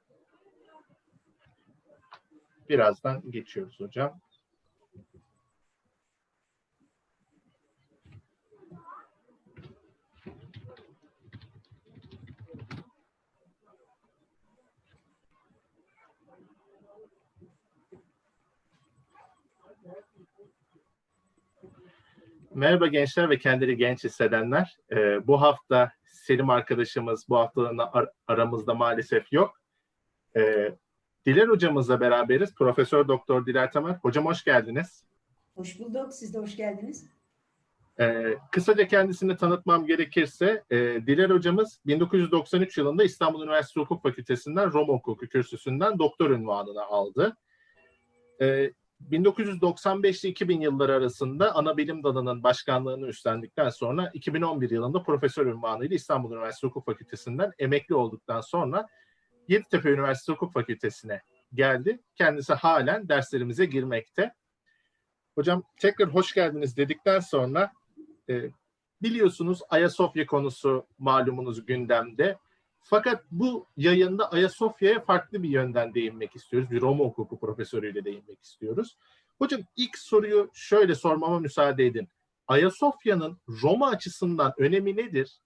Birazdan geçiyoruz hocam. Merhaba gençler ve kendini genç hissedenler. Bu hafta Selim arkadaşımız bu haftalığında aramızda maalesef yok. Diler hocamızla beraberiz. Profesör Doktor Diler Tamer. Hocam hoş geldiniz. Hoş bulduk. Siz de hoş geldiniz. Kısaca kendisini tanıtmam gerekirse, Diler hocamız 1993 yılında İstanbul Üniversitesi Hukuk Fakültesinden Roma Hukuku kürsüsünden doktor unvanını aldı. 1995 ile 2000 yılları arasında ana bilim dalının başkanlığını üstlendikten sonra 2011 yılında profesör unvanıyla İstanbul Üniversitesi Hukuk Fakültesinden emekli olduktan sonra Yeditepe Üniversitesi Hukuk Fakültesi'ne geldi. Kendisi halen derslerimize girmekte. Hocam tekrar hoş geldiniz dedikten sonra biliyorsunuz Ayasofya konusu malumunuz gündemde. Fakat bu yayında Ayasofya'ya farklı bir yönden değinmek istiyoruz. Bir Roma hukuku profesörüyle değinmek istiyoruz. Hocam ilk soruyu şöyle sormama müsaade edin. Ayasofya'nın Roma açısından önemi nedir?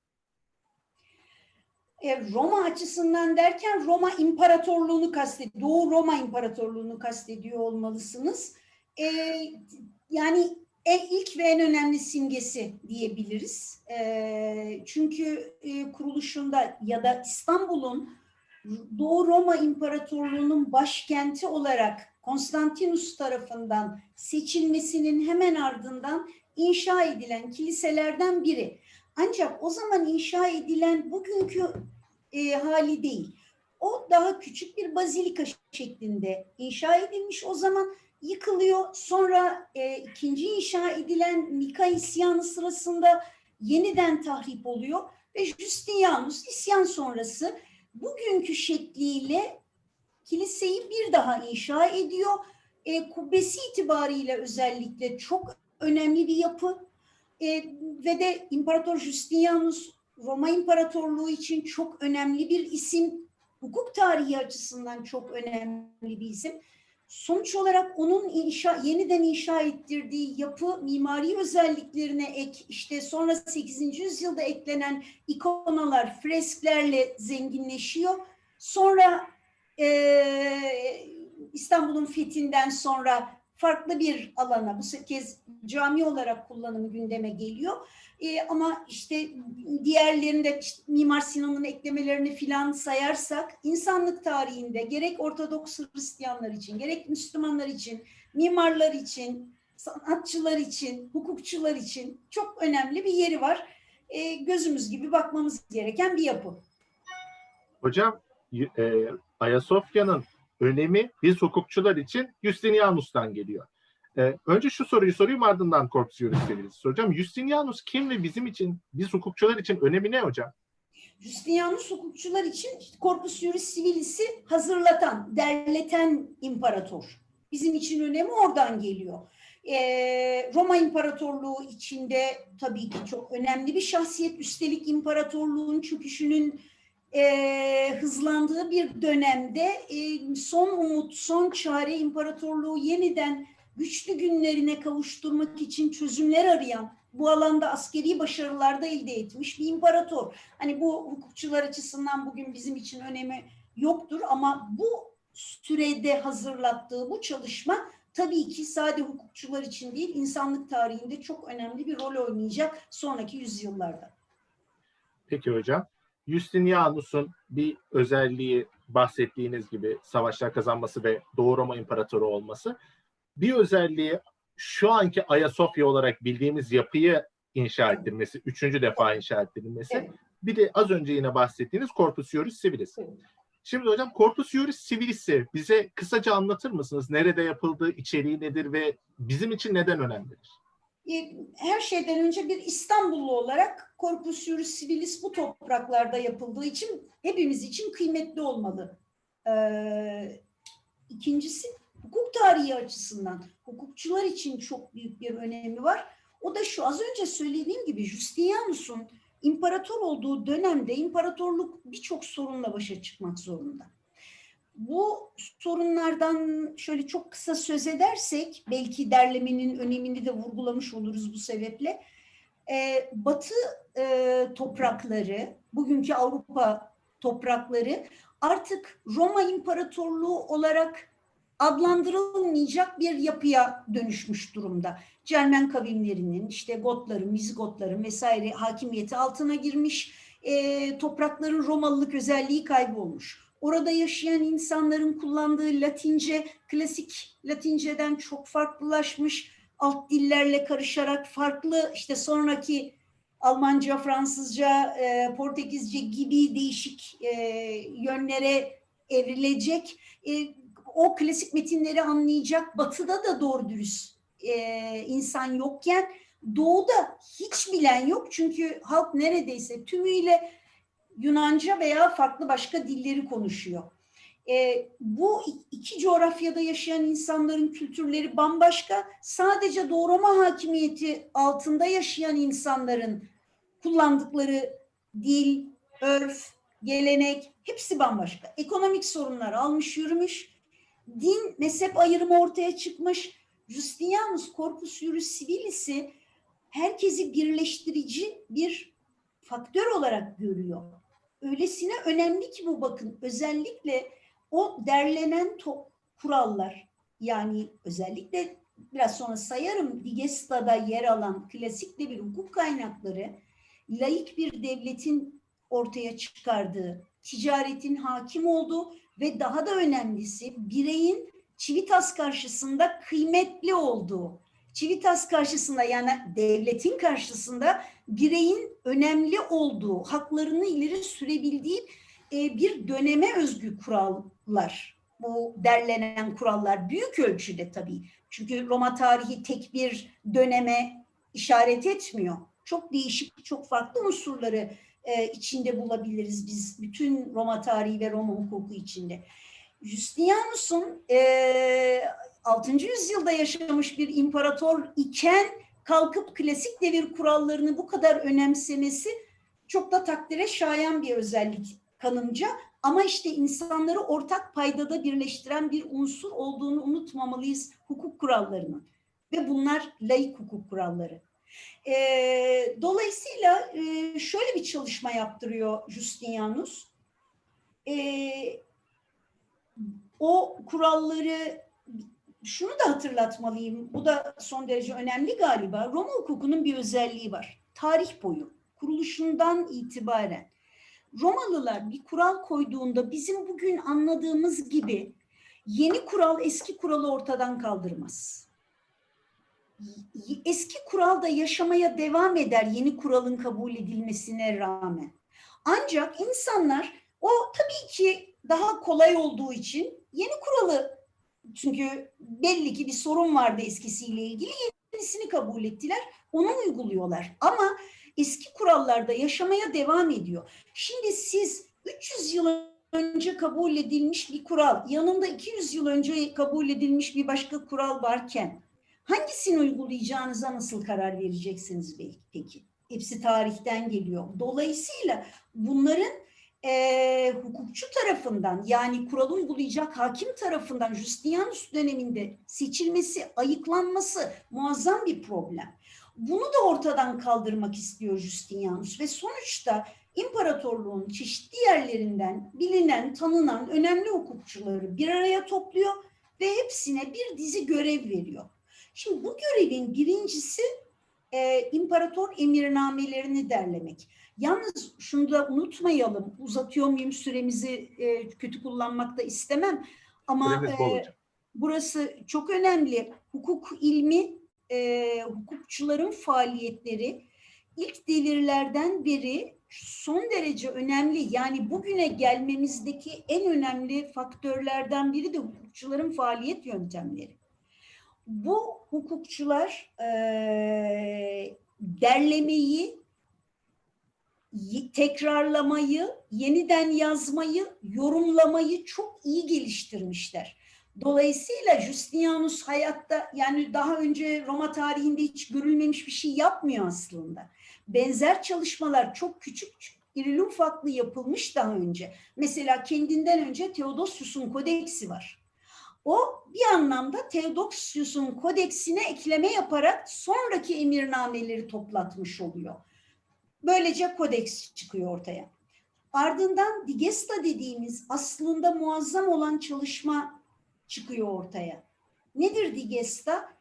Roma açısından derken Roma İmparatorluğunu kastediyor. Doğu Roma İmparatorluğunu kastediyor olmalısınız. Yani ilk ve en önemli simgesi diyebiliriz. Çünkü kuruluşunda ya da İstanbul'un Doğu Roma İmparatorluğu'nun başkenti olarak Konstantinus tarafından seçilmesinin hemen ardından inşa edilen kiliselerden biri. Ancak o zaman inşa edilen bugünkü hali değil. O daha küçük bir bazilika şeklinde inşa edilmiş. O zaman yıkılıyor. Sonra ikinci inşa edilen Nika isyanı sırasında yeniden tahrip oluyor ve Justinianus isyan sonrası bugünkü şekliyle kiliseyi bir daha inşa ediyor. Kubbesi itibariyle özellikle çok önemli bir yapı ve de İmparator Justinianus Roma İmparatorluğu için çok önemli bir isim. Hukuk tarihi açısından çok önemli bir isim. Sonuç olarak onun yeniden inşa ettirdiği yapı mimari özelliklerine ek, işte sonra 8. yüzyılda eklenen ikonalar, fresklerle zenginleşiyor. Sonra İstanbul'un fethinden sonra farklı bir alana, bu kez cami olarak kullanımı gündeme geliyor. Ama işte diğerlerinde işte Mimar Sinan'ın eklemelerini filan sayarsak insanlık tarihinde gerek Ortodoks Hristiyanlar için, gerek Müslümanlar için, mimarlar için, sanatçılar için, hukukçular için çok önemli bir yeri var. Gözümüz gibi bakmamız gereken bir yapı. Hocam Ayasofya'nın önemi biz hukukçular için Justinianus'tan geliyor. Önce şu soruyu sorayım, ardından Corpus Juris Civilis'i soracağım. Justinianus kim ve bizim için, biz hukukçular için önemi ne hocam? Justinianus hukukçular için Corpus Juris Civilis'i hazırlatan, derleten imparator. Bizim için önemi oradan geliyor. Roma İmparatorluğu içinde tabii ki çok önemli bir şahsiyet. Üstelik imparatorluğun çöküşünün hızlandığı bir dönemde son umut, son çare imparatorluğu yeniden güçlü günlerine kavuşturmak için çözümler arayan, bu alanda askeri başarılar da elde etmiş bir imparator. Hani bu hukukçular açısından bugün bizim için önemi yoktur ama bu sürede hazırlattığı bu çalışma tabii ki sadece hukukçular için değil, insanlık tarihinde çok önemli bir rol oynayacak sonraki yüzyıllarda. Peki hocam. Justinianus'un bir özelliği bahsettiğiniz gibi savaşlar kazanması ve Doğu Roma İmparatoru olması. Bir özelliği şu anki Ayasofya olarak bildiğimiz yapıyı inşa ettirmesi, üçüncü defa inşa ettirilmesi. Evet. Bir de az önce yine bahsettiğiniz Corpus Juris Civilis. Evet. Şimdi hocam Corpus Juris Civilis'i bize kısaca anlatır mısınız? Nerede yapıldığı, içeriği nedir ve bizim için neden önemlidir? Her şeyden önce bir İstanbullu olarak Corpus Juris Civilis bu topraklarda yapıldığı için hepimiz için kıymetli olmalı. İkincisi hukuk tarihi açısından hukukçular için çok büyük bir önemi var. O da şu, az önce söylediğim gibi Justinianus'un imparator olduğu dönemde imparatorluk birçok sorunla başa çıkmak zorunda. Bu sorunlardan şöyle çok kısa söz edersek, belki derlemenin önemini de vurgulamış oluruz bu sebeple. Batı toprakları, bugünkü Avrupa toprakları artık Roma İmparatorluğu olarak adlandırılmayacak bir yapıya dönüşmüş durumda. Cermen kavimlerinin, işte Gotların, Vizigotların vesaire hakimiyeti altına girmiş, toprakların Romalılık özelliği kaybolmuş. Orada yaşayan insanların kullandığı Latince, klasik Latinceden çok farklılaşmış, alt dillerle karışarak farklı, işte sonraki Almanca, Fransızca, Portekizce gibi değişik yönlere evrilecek. O klasik metinleri anlayacak Batı'da da doğru dürüst insan yokken Doğu'da hiç bilen yok. Çünkü halk neredeyse tümüyle Yunanca veya farklı başka dilleri konuşuyor. Bu iki coğrafyada yaşayan insanların kültürleri bambaşka. Sadece Doğu Roma hakimiyeti altında yaşayan insanların kullandıkları dil, örf, gelenek hepsi bambaşka. Ekonomik sorunlar almış yürümüş. Din, mezhep ayrımı ortaya çıkmış. Justinianus Corpus Juris Civilis'i herkesi birleştirici bir faktör olarak görüyor. Öylesine önemli ki bu, bakın, özellikle o derlenen kurallar, yani özellikle biraz sonra sayarım, Digesta'da yer alan klasik bir hukuk kaynakları, laik bir devletin ortaya çıkardığı, ticaretin hakim olduğu ve daha da önemlisi bireyin Civitas karşısında kıymetli olduğu, Civitas karşısında, yani devletin karşısında bireyin önemli olduğu, haklarını ileri sürebildiği bir döneme özgü kurallar. Bu derlenen kurallar büyük ölçüde tabii. Çünkü Roma tarihi tek bir döneme işaret etmiyor. Çok değişik, çok farklı unsurları içinde bulabiliriz biz bütün Roma tarihi ve Roma hukuku içinde. Justinianus'un 6. yüzyılda yaşamış bir imparator iken kalkıp klasik devir kurallarını bu kadar önemsemesi çok da takdire şayan bir özellik kanımca. Ama işte insanları ortak paydada birleştiren bir unsur olduğunu unutmamalıyız hukuk kurallarının. Ve bunlar laik hukuk kuralları. Dolayısıyla şöyle bir çalışma yaptırıyor Justinianus. O kuralları, şunu da hatırlatmalıyım, bu da son derece önemli galiba. Roma hukukunun bir özelliği var. Tarih boyu, kuruluşundan itibaren Romalılar bir kural koyduğunda bizim bugün anladığımız gibi yeni kural eski kuralı ortadan kaldırmaz. Eski kural da yaşamaya devam eder yeni kuralın kabul edilmesine rağmen. Ancak insanlar, o tabii ki daha kolay olduğu için yeni kuralı, çünkü belli ki bir sorun vardı eskisiyle ilgili, yenisini kabul ettiler, onu uyguluyorlar. Ama eski kurallarda yaşamaya devam ediyor. Şimdi siz 300 yıl önce kabul edilmiş bir kural, yanında 200 yıl önce kabul edilmiş bir başka kural varken hangisini uygulayacağınıza nasıl karar vereceksiniz peki? Hepsi tarihten geliyor. Dolayısıyla bunların hukukçu tarafından, yani kuralı uygulayacak hakim tarafından Justinianus döneminde seçilmesi, ayıklanması muazzam bir problem. Bunu da ortadan kaldırmak istiyor Justinianus ve sonuçta imparatorluğun çeşitli yerlerinden bilinen, tanınan önemli hukukçuları bir araya topluyor ve hepsine bir dizi görev veriyor. Şimdi bu görevin birincisi imparator emirnamelerini derlemek. Yalnız şunu da unutmayalım, uzatıyor muyum süremizi, kötü kullanmak da istemem ama burası çok önemli. Hukuk ilmi, hukukçuların faaliyetleri ilk devirlerden beri son derece önemli. Yani bugüne gelmemizdeki en önemli faktörlerden biri de hukukçuların faaliyet yöntemleri. Bu hukukçular derlemeyi, tekrarlamayı, yeniden yazmayı, yorumlamayı çok iyi geliştirmişler. Dolayısıyla Justinianus hayatta, yani daha önce Roma tarihinde hiç görülmemiş bir şey yapmıyor aslında. Benzer çalışmalar çok küçük irili ufaklı yapılmış daha önce. Mesela kendinden önce Theodosius'un kodeksi var. O bir anlamda Theodosius'un kodeksine ekleme yaparak sonraki emirnameleri toplatmış oluyor. Böylece kodeks çıkıyor ortaya. Ardından Digesta dediğimiz aslında muazzam olan çalışma çıkıyor ortaya. Nedir Digesta?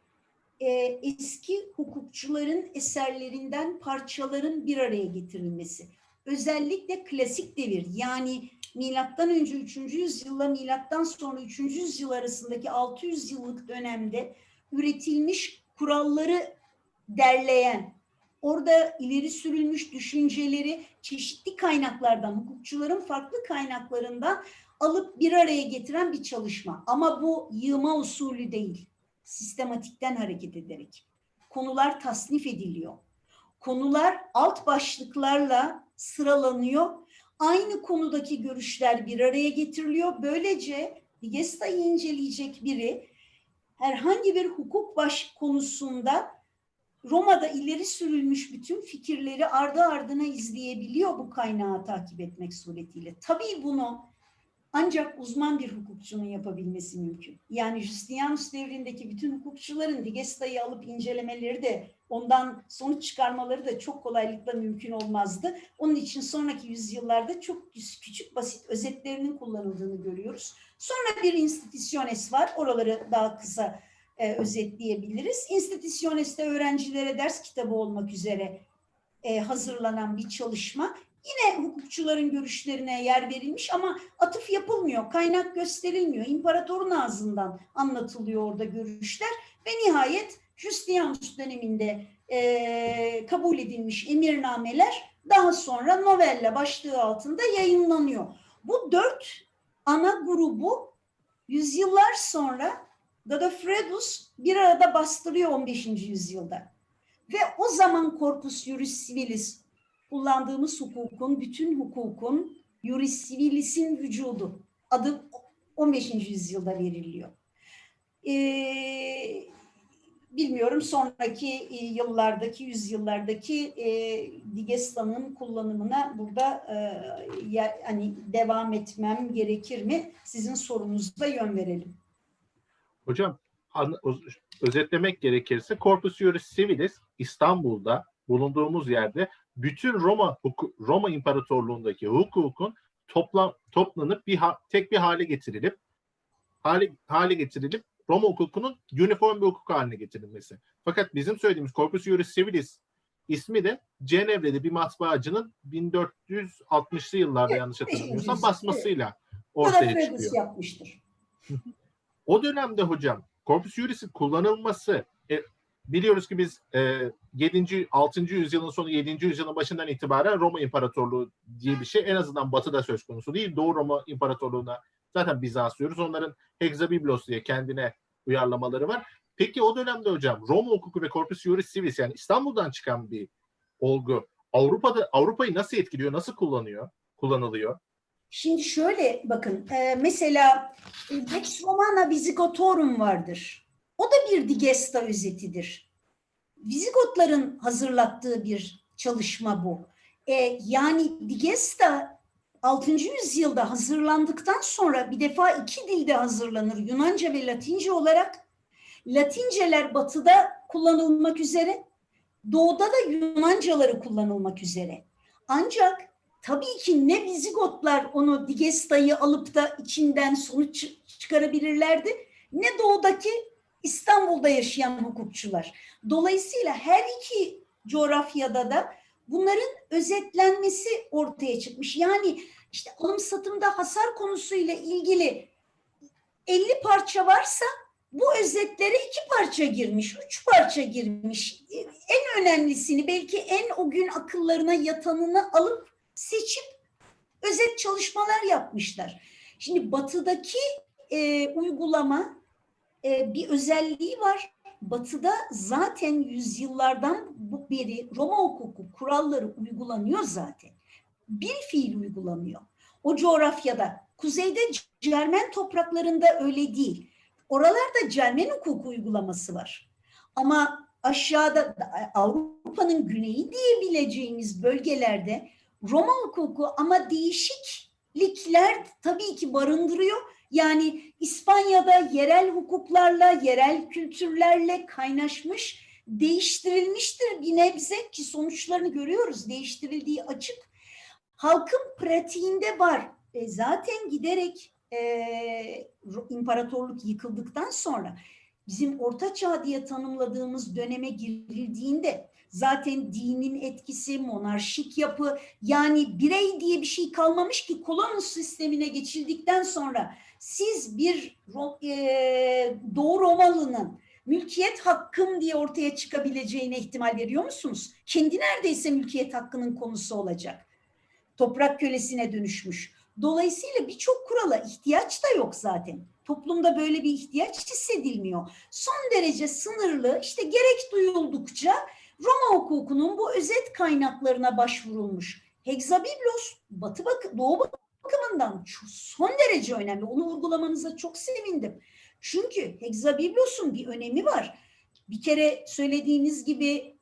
Eski hukukçuların eserlerinden parçaların bir araya getirilmesi. Özellikle klasik devir, yani milattan önce 3. yüzyılla milattan sonra 3. yüzyıl arasındaki 600 yıllık dönemde üretilmiş kuralları derleyen, orada ileri sürülmüş düşünceleri çeşitli kaynaklardan, hukukçuların farklı kaynaklarından alıp bir araya getiren bir çalışma. Ama bu yığma usulü değil, sistematikten hareket ederek. Konular tasnif ediliyor. Konular alt başlıklarla sıralanıyor. Aynı konudaki görüşler bir araya getiriliyor. Böylece Digesta'yı inceleyecek biri herhangi bir hukuk konusunda Roma'da ileri sürülmüş bütün fikirleri ardı ardına izleyebiliyor bu kaynağı takip etmek suretiyle. Tabii bunu ancak uzman bir hukukçunun yapabilmesi mümkün. Yani Justinianus devrindeki bütün hukukçuların Digesta'yı alıp incelemeleri de, ondan sonuç çıkarmaları da çok kolaylıkla mümkün olmazdı. Onun için sonraki yüzyıllarda çok küçük basit özetlerinin kullanıldığını görüyoruz. Sonra bir institutiones var. Oraları daha kısa özetleyebiliriz. Institutiones'te öğrencilere ders kitabı olmak üzere hazırlanan bir çalışma. Yine hukukçuların görüşlerine yer verilmiş ama atıf yapılmıyor, kaynak gösterilmiyor. İmparatorun ağzından anlatılıyor orada görüşler ve nihayet Justinianus döneminde kabul edilmiş emirnameler daha sonra novella başlığı altında yayınlanıyor. Bu 4 ana grubu yüzyıllar sonra Godofredus bir arada bastırıyor 15. yüzyılda. Ve o zaman Corpus Juris Civilis, kullandığımız hukukun, bütün hukukun, Juris Civilis'in vücudu. Adı 15. yüzyılda veriliyor. Bilmiyorum sonraki yıllardaki, yüzyıllardaki Digesta'nın kullanımına burada hani devam etmem gerekir mi? Sizin sorunuzla yön verelim. Hocam özetlemek gerekirse Corpus Juris Civilis İstanbul'da bulunduğumuz yerde bütün Roma İmparatorluğu'ndaki hukukun toplanıp tek bir hale getirilip Roma hukukunun uniform bir hukuk haline getirilmesi. Fakat bizim söylediğimiz Corpus Juris Civilis ismi de Cenevre'de bir matbaacının 1460'lı yıllarda yanlış hatırlamıyorsam basmasıyla ortaya çıkıyor. Yapmıştır. O dönemde hocam Corpus Juris'in kullanılması biliyoruz ki biz 6. yüzyılın sonu 7. yüzyılın başından itibaren Roma İmparatorluğu diye bir şey en azından batıda söz konusu değil. Doğu Roma İmparatorluğu'na zaten Bizans diyoruz. Onların Hexabiblos diye kendine uyarlamaları var. Peki o dönemde hocam Roma hukuku ve Corpus Juris Civilis yani İstanbul'dan çıkan bir olgu Avrupa'yı nasıl etkiliyor, nasıl kullanılıyor? Şimdi şöyle bakın, mesela Lex Romana Visigotorum vardır. O da bir Digesta özetidir. Vizigotların hazırlattığı bir çalışma bu. Yani Digesta 6. yüzyılda hazırlandıktan sonra bir defa 2 dilde hazırlanır. Yunanca ve Latince olarak. Latinceler batıda kullanılmak üzere, doğuda da Yunancaları kullanılmak üzere. Ancak tabii ki ne Vizigotlar onu Digesta'yı alıp da içinden sonuç çıkarabilirlerdi, ne doğudaki İstanbul'da yaşayan hukukçular. Dolayısıyla her iki coğrafyada da bunların özetlenmesi ortaya çıkmış. Yani işte alım satımda hasar konusuyla ilgili 50 parça varsa bu özetlere 2 parça girmiş, 3 parça girmiş. En önemlisini, belki en o gün akıllarına yatanını alıp seçip özet çalışmalar yapmışlar. Şimdi batıdaki uygulama bir özelliği var. Batıda zaten yüzyıllardan beri Roma hukuku kuralları uygulanıyor zaten. Bir fiil uygulanıyor. O coğrafyada, kuzeyde Cermen topraklarında öyle değil. Oralarda Cermen hukuku uygulaması var. Ama aşağıda Avrupa'nın güneyi diyebileceğimiz bölgelerde Roma hukuku ama değişiklikler tabii ki barındırıyor. Yani İspanya'da yerel hukuklarla, yerel kültürlerle kaynaşmış, değiştirilmiştir bir nebze ki sonuçlarını görüyoruz. Değiştirildiği açık. Halkın pratiğinde var. Zaten giderek imparatorluk yıkıldıktan sonra bizim Orta Çağ diye tanımladığımız döneme girildiğinde zaten dinin etkisi, monarşik yapı, yani birey diye bir şey kalmamış ki kolonus sistemine geçildikten sonra siz bir Doğu Romalı'nın mülkiyet hakkım diye ortaya çıkabileceğine ihtimal veriyor musunuz? Kendi neredeyse mülkiyet hakkının konusu olacak. Toprak kölesine dönüşmüş. Dolayısıyla birçok kurala ihtiyaç da yok zaten. Toplumda böyle bir ihtiyaç hissedilmiyor. Son derece sınırlı, işte gerek duyuldukça Roma hukukunun bu özet kaynaklarına başvurulmuş. Hexabiblos Doğu bakımından son derece önemli. Onu vurgulamanıza çok sevindim. Çünkü Hexabiblos'un bir önemi var. Bir kere söylediğiniz gibi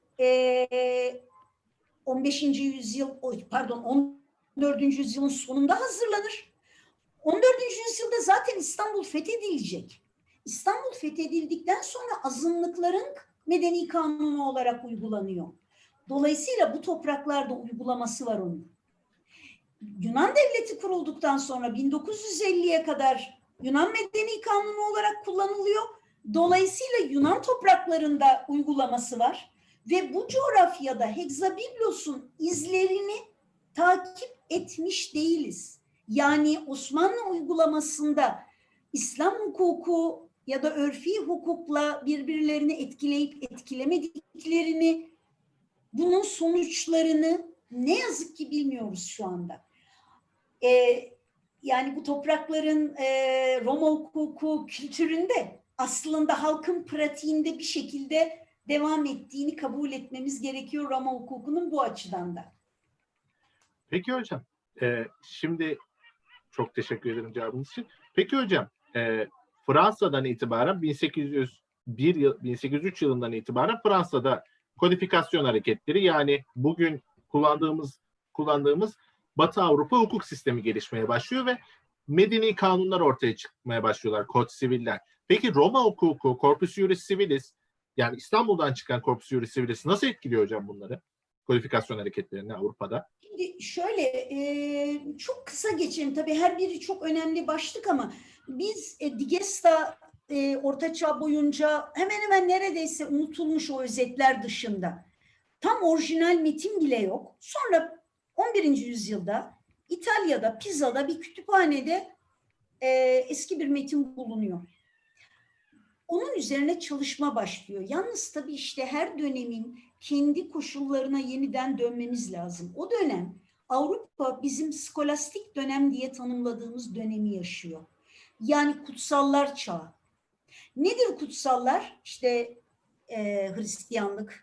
15. yüzyıl, pardon 14. yüzyılın sonunda hazırlanır. 14. yüzyılda zaten İstanbul fethedilecek. İstanbul fethedildikten sonra azınlıkların medeni kanunu olarak uygulanıyor. Dolayısıyla bu topraklarda uygulaması var onun. Yunan devleti kurulduktan sonra 1950'ye kadar Yunan medeni kanunu olarak kullanılıyor. Dolayısıyla Yunan topraklarında uygulaması var. Ve bu coğrafyada Hexabiblos'un izlerini takip etmiş değiliz. Yani Osmanlı uygulamasında İslam hukuku ya da örfi hukukla birbirlerini etkileyip etkilemediklerini, bunun sonuçlarını ne yazık ki bilmiyoruz şu anda. Yani bu toprakların Roma hukuku kültüründe aslında halkın pratiğinde bir şekilde devam ettiğini kabul etmemiz gerekiyor Roma hukukunun bu açıdan da. Peki hocam, şimdi çok teşekkür ederim cevabınız için. Peki hocam, Fransa'dan itibaren 1803 yılından itibaren Fransa'da kodifikasyon hareketleri, yani bugün kullandığımız Batı Avrupa hukuk sistemi gelişmeye başlıyor ve medeni kanunlar ortaya çıkmaya başlıyorlar, kod siviller. Peki Roma hukuku, Corpus Juris Civilis, yani İstanbul'dan çıkan Corpus Juris Civilis nasıl etkiliyor hocam bunları? Kodifikasyon hareketlerini Avrupa'da. Şimdi şöyle çok kısa geçelim. Tabii her biri çok önemli başlık ama biz Digesta Orta Çağ boyunca hemen hemen neredeyse unutulmuş o özetler dışında. Tam orijinal metin bile yok. Sonra 11. yüzyılda İtalya'da, Pisa'da bir kütüphanede eski bir metin bulunuyor. Onun üzerine çalışma başlıyor. Yalnız tabii işte her dönemin kendi koşullarına yeniden dönmemiz lazım. O dönem Avrupa bizim skolastik dönem diye tanımladığımız dönemi yaşıyor. Yani kutsallar çağı. Nedir kutsallar? İşte Hristiyanlık,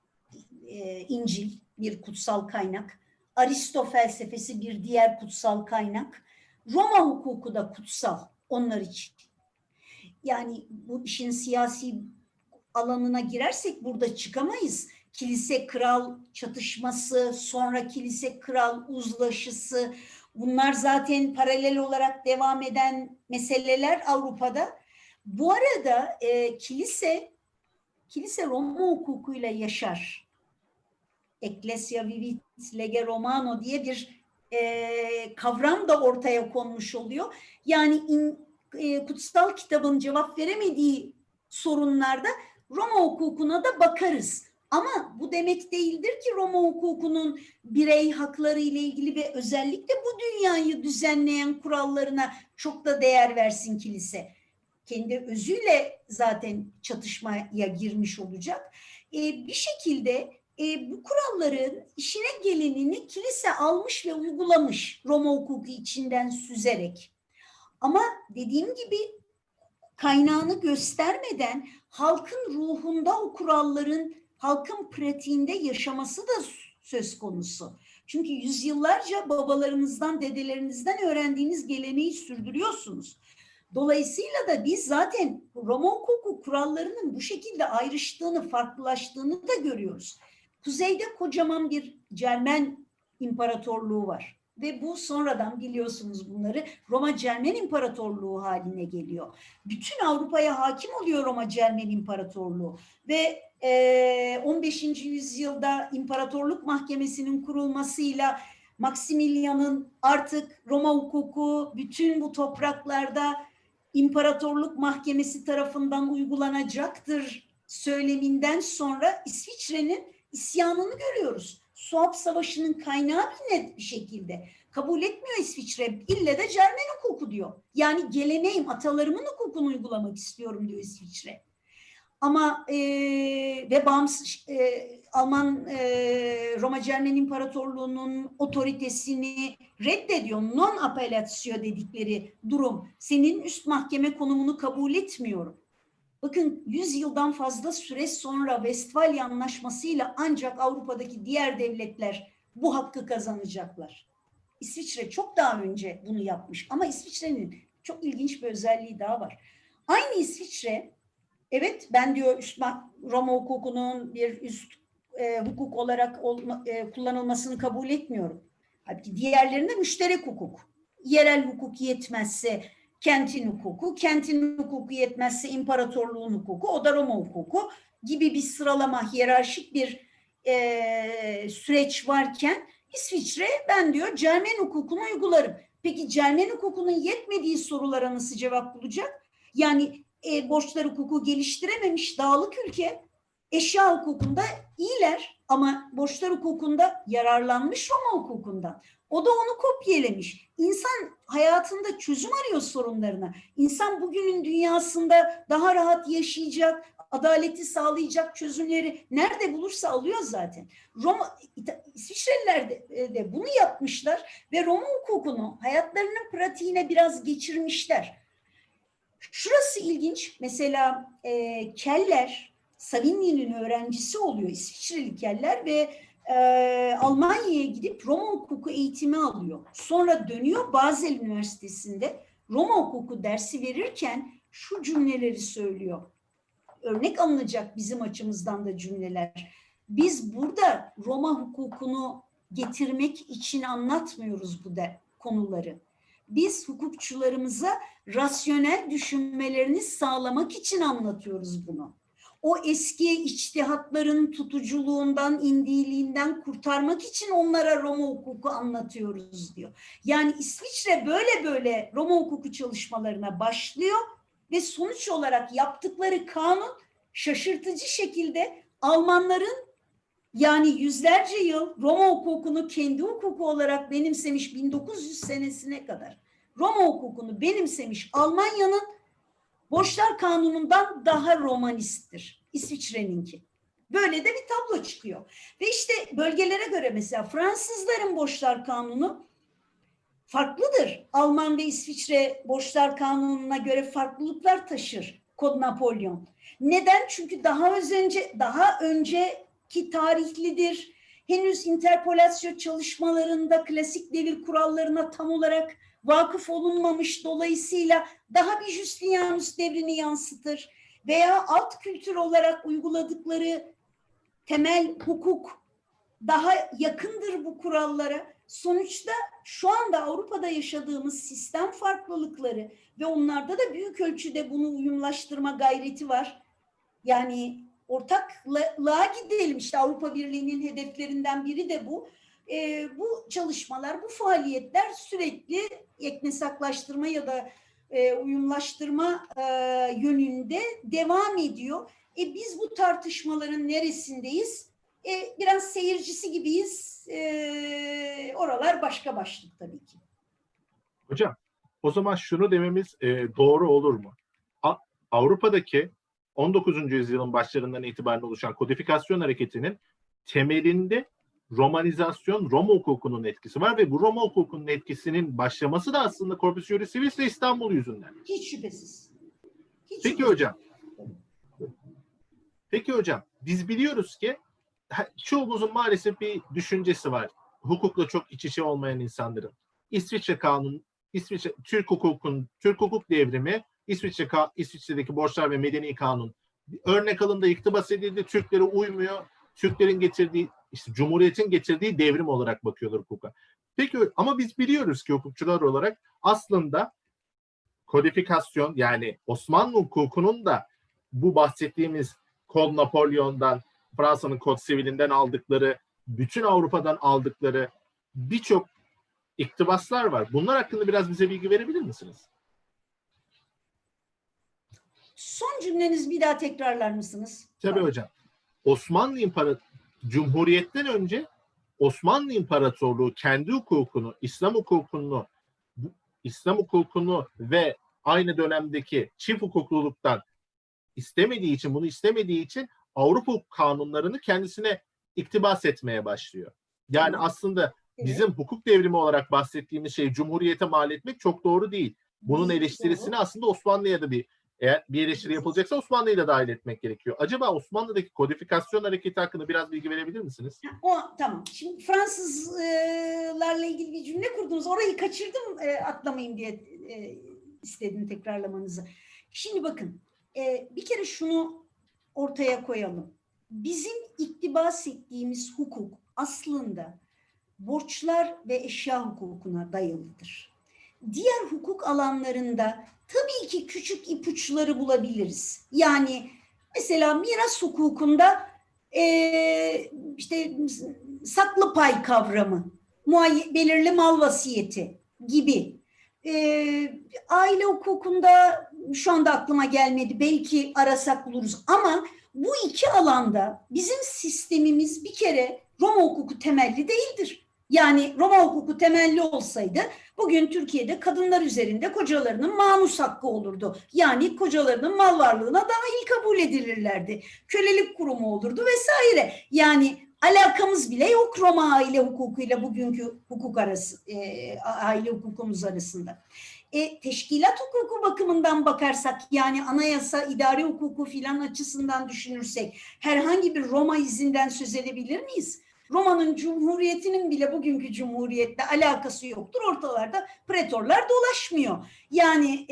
İncil bir kutsal kaynak. Aristo felsefesi bir diğer kutsal kaynak. Roma hukuku da kutsal onlar için. Yani bu işin siyasi alanına girersek burada çıkamayız. Kilise kral çatışması, sonra kilise kral uzlaşısı, bunlar zaten paralel olarak devam eden meseleler Avrupa'da. Bu arada kilise Roma hukukuyla yaşar. Ecclesia vivit lege Romano diye bir kavram da ortaya konmuş oluyor. Yani kutsal kitabın cevap veremediği sorunlarda Roma hukukuna da bakarız. Ama bu demek değildir ki Roma hukukunun birey hakları ile ilgili ve özellikle bu dünyayı düzenleyen kurallarına çok da değer versin kilise. Kendi özüyle zaten çatışmaya girmiş olacak. Bir şekilde bu kuralların işine gelenini kilise almış ve uygulamış Roma hukuku içinden süzerek. Ama dediğim gibi kaynağını göstermeden halkın ruhunda o kuralların halkın pratiğinde yaşaması da söz konusu. Çünkü yüzyıllarca babalarınızdan, dedelerinizden öğrendiğiniz geleneği sürdürüyorsunuz. Dolayısıyla da biz zaten Roma hukuku kurallarının bu şekilde ayrıştığını, farklılaştığını da görüyoruz. Kuzeyde kocaman bir Cermen İmparatorluğu var. Ve bu sonradan biliyorsunuz bunları Roma Cermen İmparatorluğu haline geliyor. Bütün Avrupa'ya hakim oluyor Roma Cermen İmparatorluğu. Ve 15. yüzyılda İmparatorluk Mahkemesi'nin kurulmasıyla Maximilian'ın artık Roma hukuku bütün bu topraklarda İmparatorluk Mahkemesi tarafından uygulanacaktır söyleminden sonra İsviçre'nin isyanını görüyoruz. Suab Savaşı'nın kaynağı net bir şekilde. Kabul etmiyor İsviçre. İlle de Cermen hukuku diyor. Yani geleneğim, atalarımın hukukunu uygulamak istiyorum diyor İsviçre. Ama ve bağımsız Alman Roma Cermen İmparatorluğu'nun otoritesini reddediyor. Non appellatio dedikleri durum. Senin üst mahkeme konumunu kabul etmiyorum. Bakın 100 yıldan fazla süre sonra Westfalia Anlaşması'yla ancak Avrupa'daki diğer devletler bu hakkı kazanacaklar. İsviçre çok daha önce bunu yapmış ama İsviçre'nin çok ilginç bir özelliği daha var. Aynı İsviçre, evet ben diyor Roma hukukunun bir üst hukuk olarak kullanılmasını kabul etmiyorum. Halbuki diğerlerinde müşterek hukuk. Yerel hukuk yetmezse kentin hukuku, kentin hukuku yetmezse imparatorluğun hukuku, o da Roma hukuku gibi bir sıralama, hiyerarşik bir süreç varken İsviçre ben diyor Cermen hukukunu uygularım. Peki Cermen hukukunun yetmediği sorulara nasıl cevap bulacak? Yani borçlar hukuku geliştirememiş dağlık ülke, eşya hukukunda iyiler ama borçlar hukukunda yararlanmış Roma hukukundan. O da onu kopyelemiş. İnsan hayatında çözüm arıyor sorunlarına. İnsan bugünün dünyasında daha rahat yaşayacak, adaleti sağlayacak çözümleri nerede bulursa alıyor zaten. İsviçreliler de bunu yapmışlar ve Roma hukukunu hayatlarının pratiğine biraz geçirmişler. Şurası ilginç. Mesela Keller, Savigny'nin öğrencisi oluyor. İsviçreli Keller ve Almanya'ya gidip Roma hukuku eğitimi alıyor. Sonra dönüyor Basel Üniversitesi'nde Roma hukuku dersi verirken şu cümleleri söylüyor. Örnek alınacak bizim açımızdan da cümleler. Biz burada Roma hukukunu getirmek için anlatmıyoruz bu konuları. Biz hukukçularımıza rasyonel düşünmelerini sağlamak için anlatıyoruz bunu. O eski içtihatların tutuculuğundan, indiliğinden kurtarmak için onlara Roma hukuku anlatıyoruz diyor. Yani İsviçre böyle Roma hukuku çalışmalarına başlıyor ve sonuç olarak yaptıkları kanun şaşırtıcı şekilde Almanların yani yüzlerce yıl Roma hukukunu kendi hukuku olarak benimsemiş 1900 senesine kadar Roma hukukunu benimsemiş Almanya'nın borçlar kanunundan daha romanisttir İsviçre'ninki. Böyle de bir tablo çıkıyor. Ve işte bölgelere göre mesela Fransızların borçlar kanunu farklıdır. Alman ve İsviçre borçlar kanununa göre farklılıklar taşır Kod Napolyon. Neden? Çünkü daha önceki tarihlidir. Henüz interpolasyon çalışmalarında klasik devir kurallarına tam olarak vakıf olunmamış, dolayısıyla daha bir Justinianus devrini yansıtır veya alt kültür olarak uyguladıkları temel hukuk daha yakındır bu kurallara. Sonuçta şu anda Avrupa'da yaşadığımız sistem farklılıkları ve onlarda da büyük ölçüde bunu uyumlaştırma gayreti var. Yani ortaklığa gidelim. İşte Avrupa Birliği'nin hedeflerinden biri de bu. Bu çalışmalar, bu faaliyetler sürekli eknesaklaştırma ya da uyumlaştırma yönünde devam ediyor. Biz bu tartışmaların neresindeyiz? Biraz seyircisi gibiyiz. Oralar başka başlık tabii ki. Hocam, o zaman şunu dememiz doğru olur mu? Avrupa'daki 19. yüzyılın başlarından itibaren oluşan kodifikasyon hareketinin temelinde romanizasyon, Roma hukukunun etkisi var ve bu Roma hukukunun etkisinin başlaması da aslında Corpus Juris Civis ve İstanbul yüzünden. Hiç şüphesiz. Peki hocam, biz biliyoruz ki çoğumuzun maalesef bir düşüncesi var. Hukukla çok iç içe olmayan insanların. Türk hukuk devrimi, İsviçre'deki borçlar ve medeni kanun örnek alında iktibas edildi. Türklere uymuyor. Türklerin getirdiği işte Cumhuriyet'in getirdiği devrim olarak bakıyorlar hukuka. Peki ama biz biliyoruz ki hukukçular olarak aslında kodifikasyon, yani Osmanlı hukukunun da bu bahsettiğimiz Kod Napolyon'dan, Fransa'nın Kod Sivil'inden aldıkları, bütün Avrupa'dan aldıkları birçok iktibaslar var. Bunlar hakkında biraz bize bilgi verebilir misiniz? Son cümlenizi bir daha tekrarlar mısınız? Tabii hocam. Osmanlı Cumhuriyet'ten önce Osmanlı İmparatorluğu kendi hukukunu, İslam hukukunu ve aynı dönemdeki çift hukukluluktan bunu istemediği için Avrupa kanunlarını kendisine iktibas etmeye başlıyor. Yani aslında bizim hukuk devrimi olarak bahsettiğimiz şey Cumhuriyete mal etmek çok doğru değil. Bunun eleştirisini aslında Osmanlı'ya da eğer bir eleştiri yapılacaksa Osmanlı'yı da dahil etmek gerekiyor. Acaba Osmanlı'daki kodifikasyon hareketi hakkında biraz bilgi verebilir misiniz? Tamam. Şimdi Fransızlarla ilgili bir cümle kurdunuz. Orayı kaçırdım, atlamayayım diye istedim tekrarlamanızı. Şimdi bakın, bir kere şunu ortaya koyalım. Bizim iktibas ettiğimiz hukuk aslında borçlar ve eşya hukukuna dayalıdır. Diğer hukuk alanlarında tabii ki küçük ipuçları bulabiliriz. Yani mesela miras hukukunda işte saklı pay kavramı, belirli mal vasiyeti gibi. Aile hukukunda şu anda aklıma gelmedi. Belki arasak buluruz. Ama bu iki alanda bizim sistemimiz bir kere Roma hukuku temelli değildir. Yani Roma hukuku temelli olsaydı bugün Türkiye'de kadınlar üzerinde kocalarının manus hakkı olurdu. Yani kocalarının mal varlığına dahil kabul edilirlerdi. Kölelik kurumu olurdu vesaire. Yani alakamız bile yok Roma aile hukukuyla bugünkü hukuk arası, aile hukukumuz arasında. Teşkilat hukuku bakımından bakarsak, yani anayasa, idari hukuku filan açısından düşünürsek herhangi bir Roma izinden söz edebilir miyiz? Roma'nın Cumhuriyeti'nin bile bugünkü Cumhuriyet'le alakası yoktur. Ortalarda pretorlar dolaşmıyor. Yani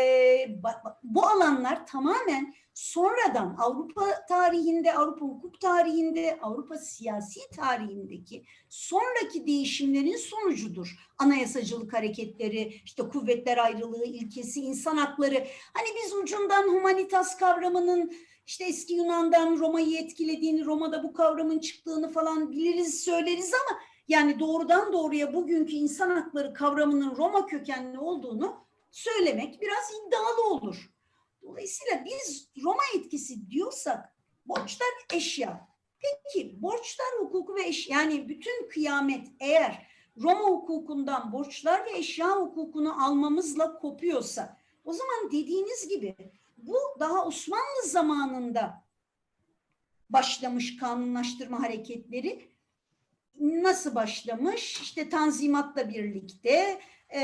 bu alanlar tamamen sonradan Avrupa tarihinde, Avrupa hukuk tarihinde, Avrupa siyasi tarihindeki sonraki değişimlerin sonucudur. Anayasacılık hareketleri, işte kuvvetler ayrılığı ilkesi, insan hakları. Hani biz ucundan humanitas kavramının işte eski Yunan'dan Roma'yı etkilediğini, Roma'da bu kavramın çıktığını falan biliriz, söyleriz ama yani doğrudan doğruya bugünkü insan hakları kavramının Roma kökenli olduğunu söylemek biraz iddialı olur. Dolayısıyla biz Roma etkisi diyorsak borçlar eşya. Peki borçlar hukuku ve eşya, yani bütün kıyamet eğer Roma hukukundan borçlar ve eşya hukukunu almamızla kopuyorsa, o zaman dediğiniz gibi bu daha Osmanlı zamanında başlamış kanunlaştırma hareketleri. Nasıl başlamış? İşte Tanzimat'la birlikte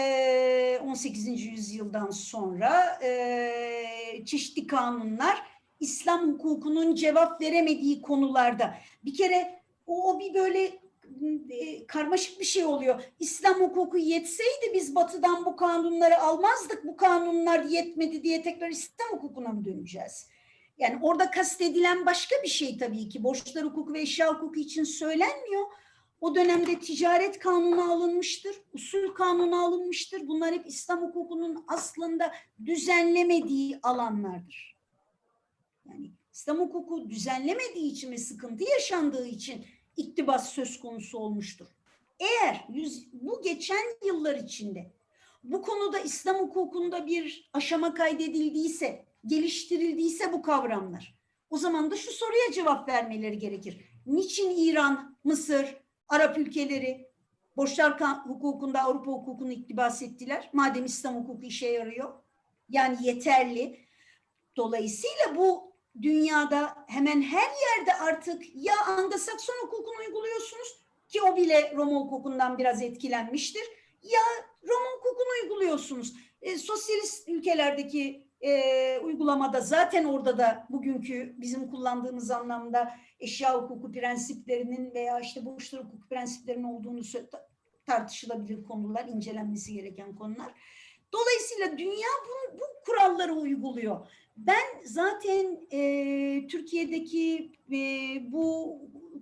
18. yüzyıldan sonra çeşitli kanunlar İslam hukukunun cevap veremediği konularda. Bir kere o bir böyle karmaşık bir şey oluyor. İslam hukuku yetseydi biz batıdan bu kanunları almazdık. Bu kanunlar yetmedi diye tekrar İslam hukukuna mı döneceğiz? Yani orada kastedilen başka bir şey tabii ki. Borçlar hukuku ve eşya hukuku için söylenmiyor. O dönemde ticaret kanunu alınmıştır, usul kanunu alınmıştır. Bunlar hep İslam hukukunun aslında düzenlemediği alanlardır. Yani İslam hukuku düzenlemediği için ve sıkıntı yaşandığı için iktibas söz konusu olmuştur. Eğer bu geçen yıllar içinde bu konuda İslam hukukunda bir aşama kaydedildiyse, geliştirildiyse bu kavramlar, o zaman da şu soruya cevap vermeleri gerekir. Niçin İran, Mısır, Arap ülkeleri borçlar hukukunda Avrupa hukukunu iktibas ettiler? Madem İslam hukuku işe yarıyor. Yani yeterli. Dolayısıyla bu dünyada hemen her yerde artık ya Anglo-Sakson hukukunu uyguluyorsunuz ki o bile Roma hukukundan biraz etkilenmiştir. Ya Roma hukukunu uyguluyorsunuz. Sosyalist ülkelerdeki uygulamada zaten orada da bugünkü bizim kullandığımız anlamda eşya hukuku prensiplerinin veya işte borçlar hukuku prensiplerinin olduğunu tartışılabilir konular, incelenmesi gereken konular. Dolayısıyla dünya bu kuralları uyguluyor. Ben zaten Türkiye'deki bu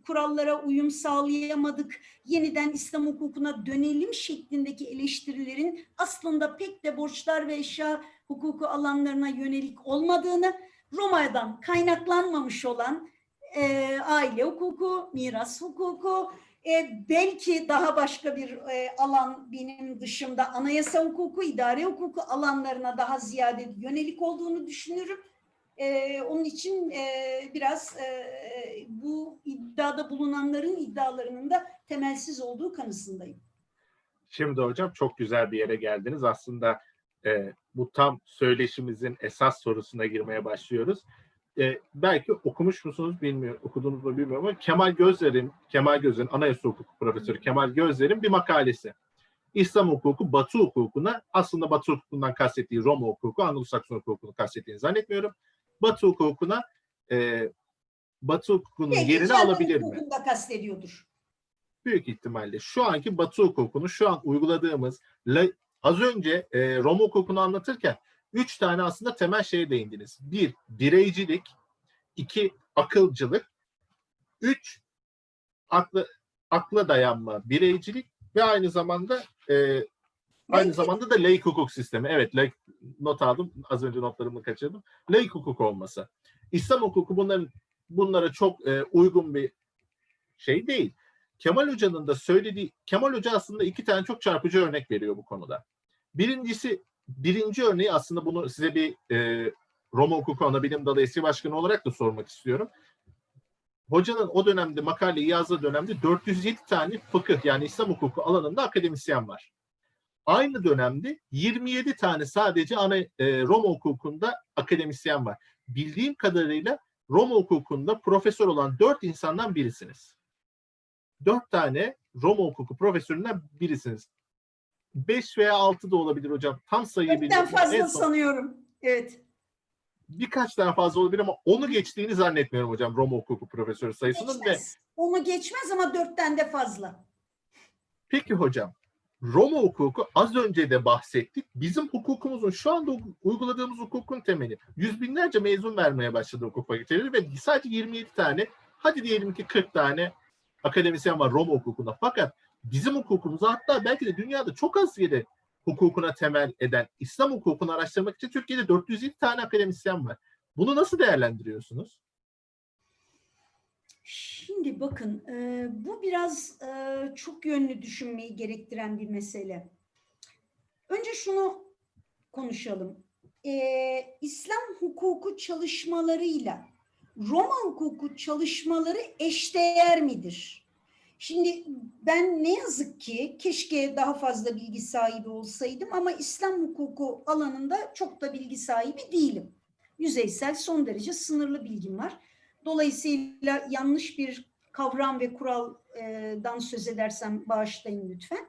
kurallara uyum sağlayamadık, yeniden İslam hukukuna dönelim şeklindeki eleştirilerin aslında pek de borçlar ve eşya hukuku alanlarına yönelik olmadığını, Roma'dan kaynaklanmamış olan aile hukuku, miras hukuku, belki daha başka bir alan benim dışımda anayasa hukuku, idare hukuku alanlarına daha ziyade yönelik olduğunu düşünürüm. Onun için biraz bu iddiada bulunanların iddialarının da temelsiz olduğu kanısındayım. Şimdi hocam çok güzel bir yere geldiniz. Aslında bu tam söyleşimizin esas sorusuna girmeye başlıyoruz. Belki okumuş musunuz bilmiyorum, okudunuz mu bilmiyorum ama Kemal Gözler'in anayasa hukuku profesörü Kemal Gözler'in bir makalesi. İslam hukuku Batı hukukuna, aslında Batı hukukundan kastettiği Roma hukuku, Anglo-Sakson hukukunu kastettiğini zannetmiyorum. Batı hukukuna Batı hukukunun yerini alabilir mi? Hukukunda kastediyordur. Büyük ihtimalle şu anki Batı hukukunu, şu an uyguladığımız, az önce Roma hukukunu anlatırken 3 tane aslında temel şeye değindiniz. 1, bireycilik; 2, akılcılık; 3, akla dayanma, bireycilik ve aynı zamanda da laik hukuk sistemi. Evet, not aldım. Az önce notlarımı kaçırdım. Laik hukuk olması. İslam hukuku bunlara çok uygun bir şey değil. Kemal Hoca'nın da söylediği, Kemal Hoca aslında 2 tane çok çarpıcı örnek veriyor bu konuda. Birinci örneği, aslında bunu size bir Roma Hukuku Anabilim Dalı eski başkanı olarak da sormak istiyorum. Hocanın o dönemde makaleyi yazdığı dönemde 407 tane fıkıh, yani İslam hukuku alanında akademisyen var. Aynı dönemde 27 tane sadece Roma hukukunda akademisyen var. Bildiğim kadarıyla Roma hukukunda profesör olan 4 insandan birisiniz. 4 tane Roma hukuku profesöründen birisiniz. 5 veya 6 da olabilir hocam. Tam sayıyı bilmiyorum. Fazla sanıyorum. Evet. Birkaç daha fazla olabilir ama onu geçtiğini zannetmiyorum hocam Roma hukuku profesörü sayısının. Onu geçmez ama 4'ten de fazla. Peki hocam, Roma hukuku az önce de bahsettik. Bizim hukukumuzun, şu anda uyguladığımız hukukun temeli. Yüz binlerce mezun vermeye başladı hukuk fakülteleri ve sadece 27 tane, hadi diyelim ki 40 tane akademisyen var Roma hukukunda. Fakat bizim hukukumuzda, hatta belki de dünyada çok az yeri hukukuna temel eden İslam hukukunu araştırmak için Türkiye'de 407 tane akademisyen var. Bunu nasıl değerlendiriyorsunuz? Şimdi bakın, bu biraz çok yönlü düşünmeyi gerektiren bir mesele. Önce şunu konuşalım. İslam hukuku çalışmalarıyla Roma hukuku çalışmaları eşdeğer midir? Şimdi ben ne yazık ki keşke daha fazla bilgi sahibi olsaydım ama İslam hukuku alanında çok da bilgi sahibi değilim. Yüzeysel, son derece sınırlı bilgim var. Dolayısıyla yanlış bir kavram ve kuraldan söz edersem bağışlayın lütfen.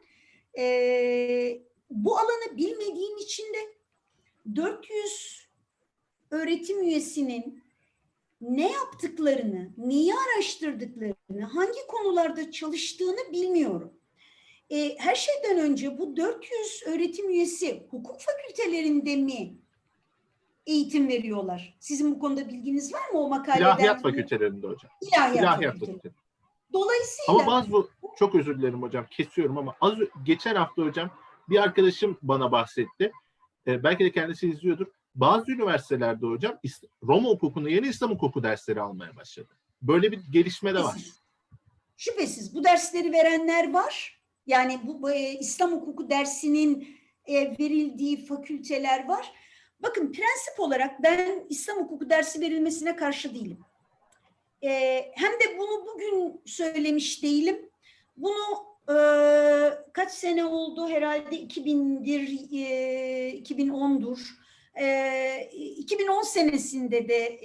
Bu alanı bilmediğim için de 400 öğretim üyesinin ne yaptıklarını, neyi araştırdıklarını, hangi konularda çalıştığını bilmiyorum. Her şeyden önce bu 400 öğretim üyesi hukuk fakültelerinde mi eğitim veriyorlar? Sizin bu konuda bilginiz var mı o makaleden? İlahiyat fakültelerinde hocam. İlahiyat fakülteleri. Dolayısıyla... Ama çok özür dilerim hocam, kesiyorum ama geçen hafta hocam bir arkadaşım bana bahsetti. Belki de kendisi izliyordur. Bazı üniversitelerde hocam Roma hukukunu yeni İslam hukuku dersleri almaya başladı. Böyle bir gelişme de var. Şüphesiz bu dersleri verenler var. Yani bu İslam hukuku dersinin verildiği fakülteler var. Bakın, prensip olarak ben İslam hukuku dersi verilmesine karşı değilim. Hem de bunu bugün söylemiş değilim. Bunu kaç sene oldu? Herhalde 2000'dir, 2010'dur. 2010 senesinde de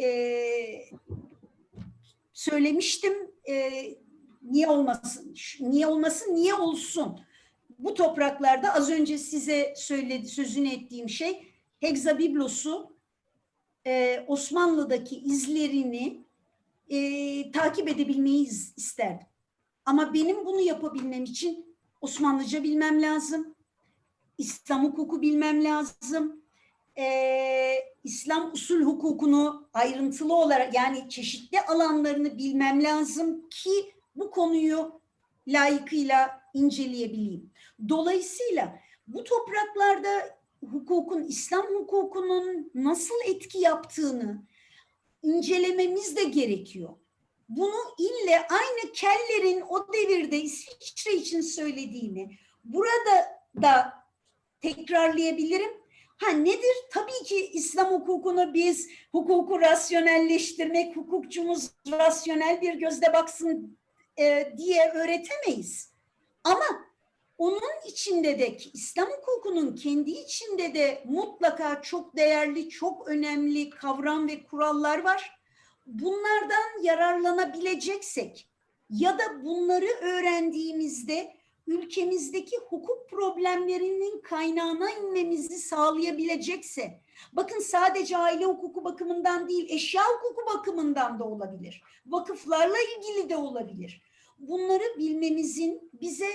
söylemiştim. Niye olmasın? Niye olmasın? Niye olsun? Bu topraklarda az önce size sözünü ettiğim şey, Hexabiblos'u Osmanlı'daki izlerini takip edebilmeyi isterdim. Ama benim bunu yapabilmem için Osmanlıca bilmem lazım. İslam hukuku bilmem lazım. İslam usul hukukunu ayrıntılı olarak, yani çeşitli alanlarını bilmem lazım ki bu konuyu layıkıyla inceleyebileyim. Dolayısıyla bu topraklarda hukukun, İslam hukukunun nasıl etki yaptığını incelememiz de gerekiyor. Bunu ille aynı Keller'in o devirde İsviçre için söylediğini burada da tekrarlayabilirim. Nedir? Tabii ki İslam hukukunu biz hukuku rasyonelleştirmek, hukukçumuz rasyonel bir gözle baksın diye öğretemeyiz. Ama onun içinde de, İslam hukukunun kendi içinde de mutlaka çok değerli, çok önemli kavram ve kurallar var. Bunlardan yararlanabileceksek ya da bunları öğrendiğimizde ülkemizdeki hukuk problemlerinin kaynağına inmemizi sağlayabilecekse, bakın sadece aile hukuku bakımından değil, eşya hukuku bakımından da olabilir, vakıflarla ilgili de olabilir. Bunları bilmemizin bize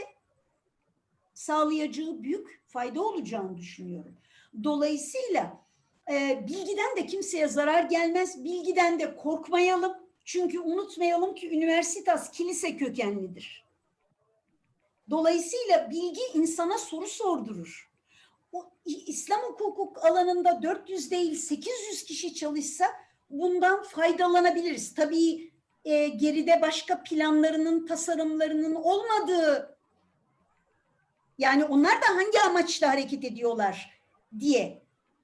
sağlayacağı büyük fayda olacağını düşünüyorum. Dolayısıyla bilgiden de kimseye zarar gelmez, bilgiden de korkmayalım. Çünkü unutmayalım ki üniversitas kilise kökenlidir. Dolayısıyla bilgi insana soru sordurur. İslam hukuku alanında 400 değil 800 kişi çalışsa bundan faydalanabiliriz. Tabii geride başka planlarının, tasarımlarının olmadığı, yani onlar da hangi amaçla hareket ediyorlar diye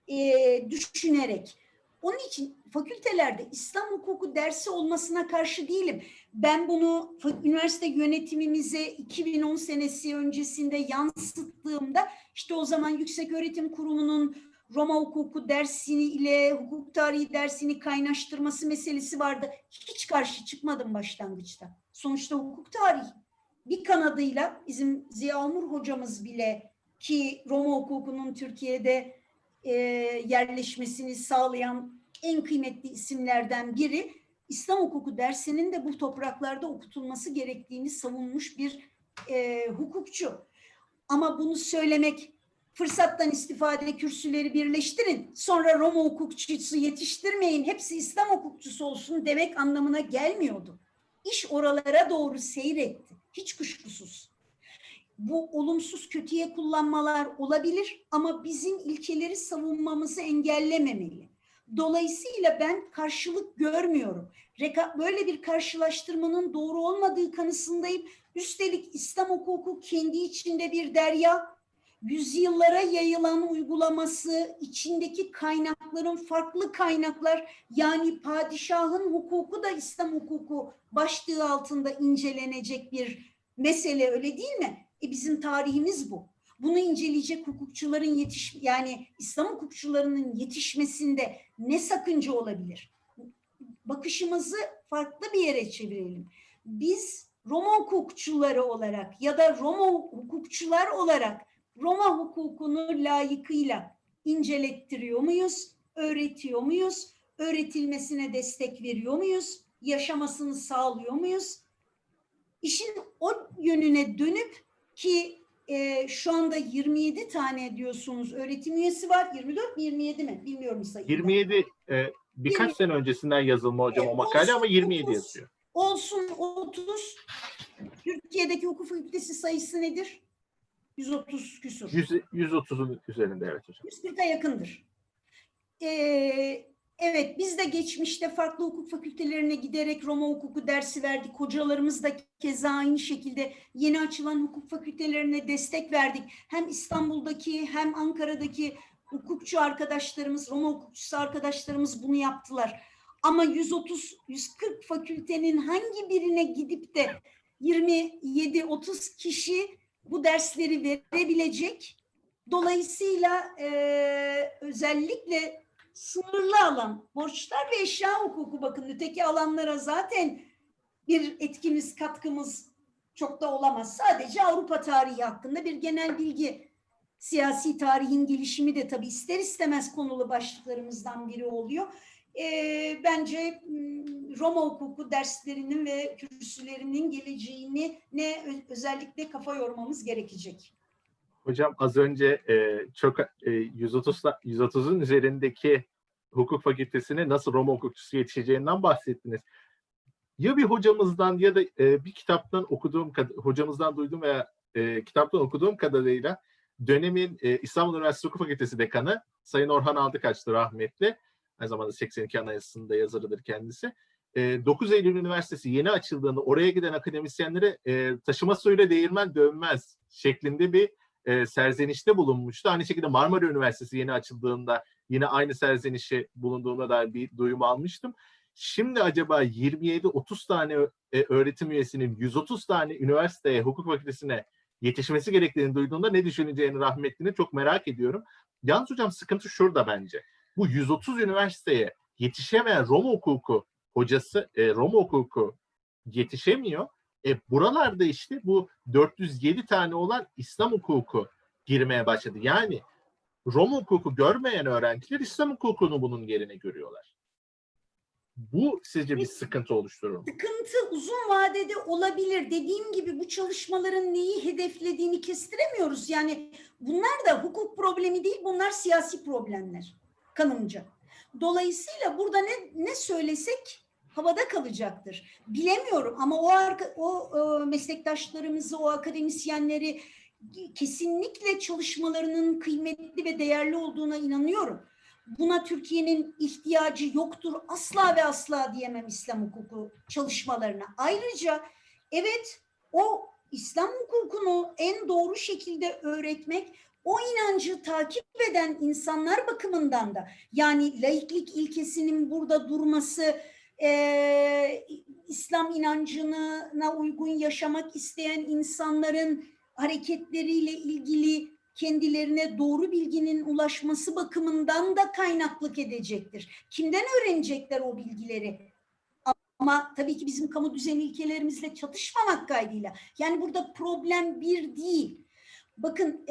düşünerek. Onun için fakültelerde İslam hukuku dersi olmasına karşı değilim. Ben bunu üniversite yönetimimize 2010 senesi öncesinde yansıttığımda işte o zaman Yükseköğretim Kurumu'nun Roma hukuku dersini ile hukuk tarihi dersini kaynaştırması meselesi vardı. Hiç karşı çıkmadım başlangıçta. Sonuçta hukuk tarihi. Bir kanadıyla bizim Ziya Onur hocamız bile, ki Roma hukukunun Türkiye'de yerleşmesini sağlayan en kıymetli isimlerden biri, İslam hukuku dersinin de bu topraklarda okutulması gerektiğini savunmuş bir hukukçu. Ama bunu söylemek, fırsattan istifade kürsüleri birleştirin, sonra Roma hukukçusu yetiştirmeyin, hepsi İslam hukukçusu olsun demek anlamına gelmiyordu. İş oralara doğru seyretti. Hiç kuşkusuz. Bu olumsuz, kötüye kullanmalar olabilir ama bizim ilkeleri savunmamızı engellememeli. Dolayısıyla ben karşılık görmüyorum. Böyle bir karşılaştırmanın doğru olmadığı kanısındayım. Üstelik İslam hukuku kendi içinde bir derya, yüzyıllara yayılan uygulaması, içindeki kaynakların farklı kaynaklar, yani padişahın hukuku da İslam hukuku başlığı altında incelenecek bir mesele, öyle değil mi? Bizim tarihimiz bu. Bunu inceleyecek hukukçuların yani İslam hukukçularının yetişmesinde ne sakınca olabilir? Bakışımızı farklı bir yere çevirelim. Biz Roma hukukçuları olarak ya da Roma hukukçular olarak Roma hukukunu layıkıyla incelettiriyor muyuz? Öğretiyor muyuz? Öğretilmesine destek veriyor muyuz? Yaşamasını sağlıyor muyuz? İşin o yönüne dönüp ki şu anda 27 tane diyorsunuz öğretim üyesi var. 24 mi 27 mi? Bilmiyorum sayıyı. 27 birkaç sene öncesinden yazılma hocam o makale ama 27 30, yazıyor. Olsun 30. Türkiye'deki hukuk fakültesi sayısı nedir? 130 küsur. 130'un üzerinde evet hocam. 140'a yakındır. Evet, biz de geçmişte farklı hukuk fakültelerine giderek Roma hukuku dersi verdik. Hocalarımız da keza aynı şekilde yeni açılan hukuk fakültelerine destek verdik. Hem İstanbul'daki hem Ankara'daki hukukçu arkadaşlarımız, Roma hukukçusu arkadaşlarımız bunu yaptılar. Ama 130-140 fakültenin hangi birine gidip de 27-30 kişi bu dersleri verebilecek? Dolayısıyla özellikle sınırlı alan, borçlar ve eşya hukuku, bakın öteki alanlara zaten bir etkimiz, katkımız çok da olamaz. Sadece Avrupa tarihi hakkında bir genel bilgi, siyasi tarihin gelişimi de tabii ister istemez konulu başlıklarımızdan biri oluyor. Bence Roma hukuku derslerinin ve kürsülerinin geleceğini özellikle kafa yormamız gerekecek. Hocam az önce çok 130'un üzerindeki hukuk fakültesine nasıl Roma hukukçusu yetişeceğinden bahsettiniz. ya bir hocamızdan ya da bir kitaptan okuduğum, hocamızdan duyduğum veya kitaptan okuduğum kadarıyla dönemin İstanbul Üniversitesi Hukuk Fakültesi Dekanı Sayın Orhan Aldıkaç'tı rahmetli. Aynı zamanda 82 Anayasası'nda yazarıdır kendisi. 9 Eylül Üniversitesi yeni açıldığında oraya giden akademisyenlere taşıma suyuyla değirmen dönmez şeklinde bir serzenişte bulunmuştu. Aynı şekilde Marmara Üniversitesi yeni açıldığında yine aynı serzenişi bulunduğuna dair bir duyum almıştım. Şimdi acaba 27-30 tane öğretim üyesinin 130 tane üniversiteye, hukuk fakültesine yetişmesi gerektiğini duyduğunda ne düşüneceğini rahmetlini çok merak ediyorum. Yalnız hocam sıkıntı şurada bence. Bu 130 üniversiteye yetişemeyen Roma hukuku hocası, Roma hukuku yetişemiyor. Buralarda işte bu 407 tane olan İslam hukuku girmeye başladı. Yani Roma hukuku görmeyen öğrenciler İslam hukukunu bunun yerine görüyorlar. Bu sizce bir sıkıntı oluşturur mu? Sıkıntı uzun vadede olabilir. Dediğim gibi bu çalışmaların neyi hedeflediğini kestiremiyoruz. Yani bunlar da hukuk problemi değil, bunlar siyasi problemler kanımca. Dolayısıyla burada ne söylesek havada kalacaktır. Bilemiyorum ama o meslektaşlarımızı, o akademisyenleri kesinlikle çalışmalarının kıymetli ve değerli olduğuna inanıyorum. Buna Türkiye'nin ihtiyacı yoktur asla ve asla diyemem İslam hukuku çalışmalarına. Ayrıca evet o İslam hukukunu en doğru şekilde öğretmek, o inancı takip eden insanlar bakımından da, yani laiklik ilkesinin burada durması, İslam inancına uygun yaşamak isteyen insanların hareketleriyle ilgili kendilerine doğru bilginin ulaşması bakımından da kaynaklık edecektir. Kimden öğrenecekler o bilgileri? Ama tabii ki bizim kamu düzeni ilkelerimizle çatışmamak kaydıyla. Yani burada problem bir değil. Bakın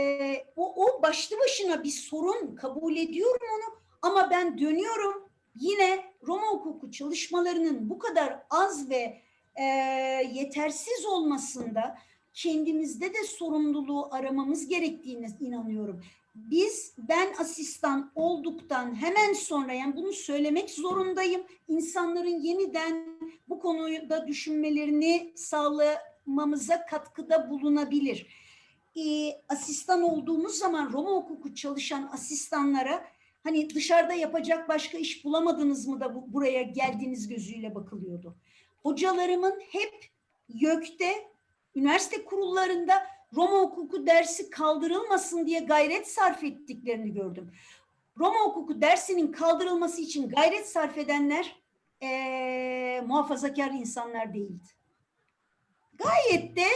o başlı başına bir sorun, kabul ediyorum onu, ama ben dönüyorum yine Roma hukuku çalışmalarının bu kadar az ve yetersiz olmasında kendimizde de sorumluluğu aramamız gerektiğine inanıyorum. Ben asistan olduktan hemen sonra, yani bunu söylemek zorundayım, insanların yeniden bu konuda düşünmelerini sağlamamıza katkıda bulunabilir. Asistan olduğumuz zaman Roma hukuku çalışan asistanlara hani dışarıda yapacak başka iş bulamadınız mı da buraya geldiğiniz gözüyle bakılıyordu. Hocalarımın hep YÖK'te, üniversite kurullarında Roma hukuku dersi kaldırılmasın diye gayret sarf ettiklerini gördüm. Roma hukuku dersinin kaldırılması için gayret sarf edenler muhafazakar insanlar değildi. Gayet de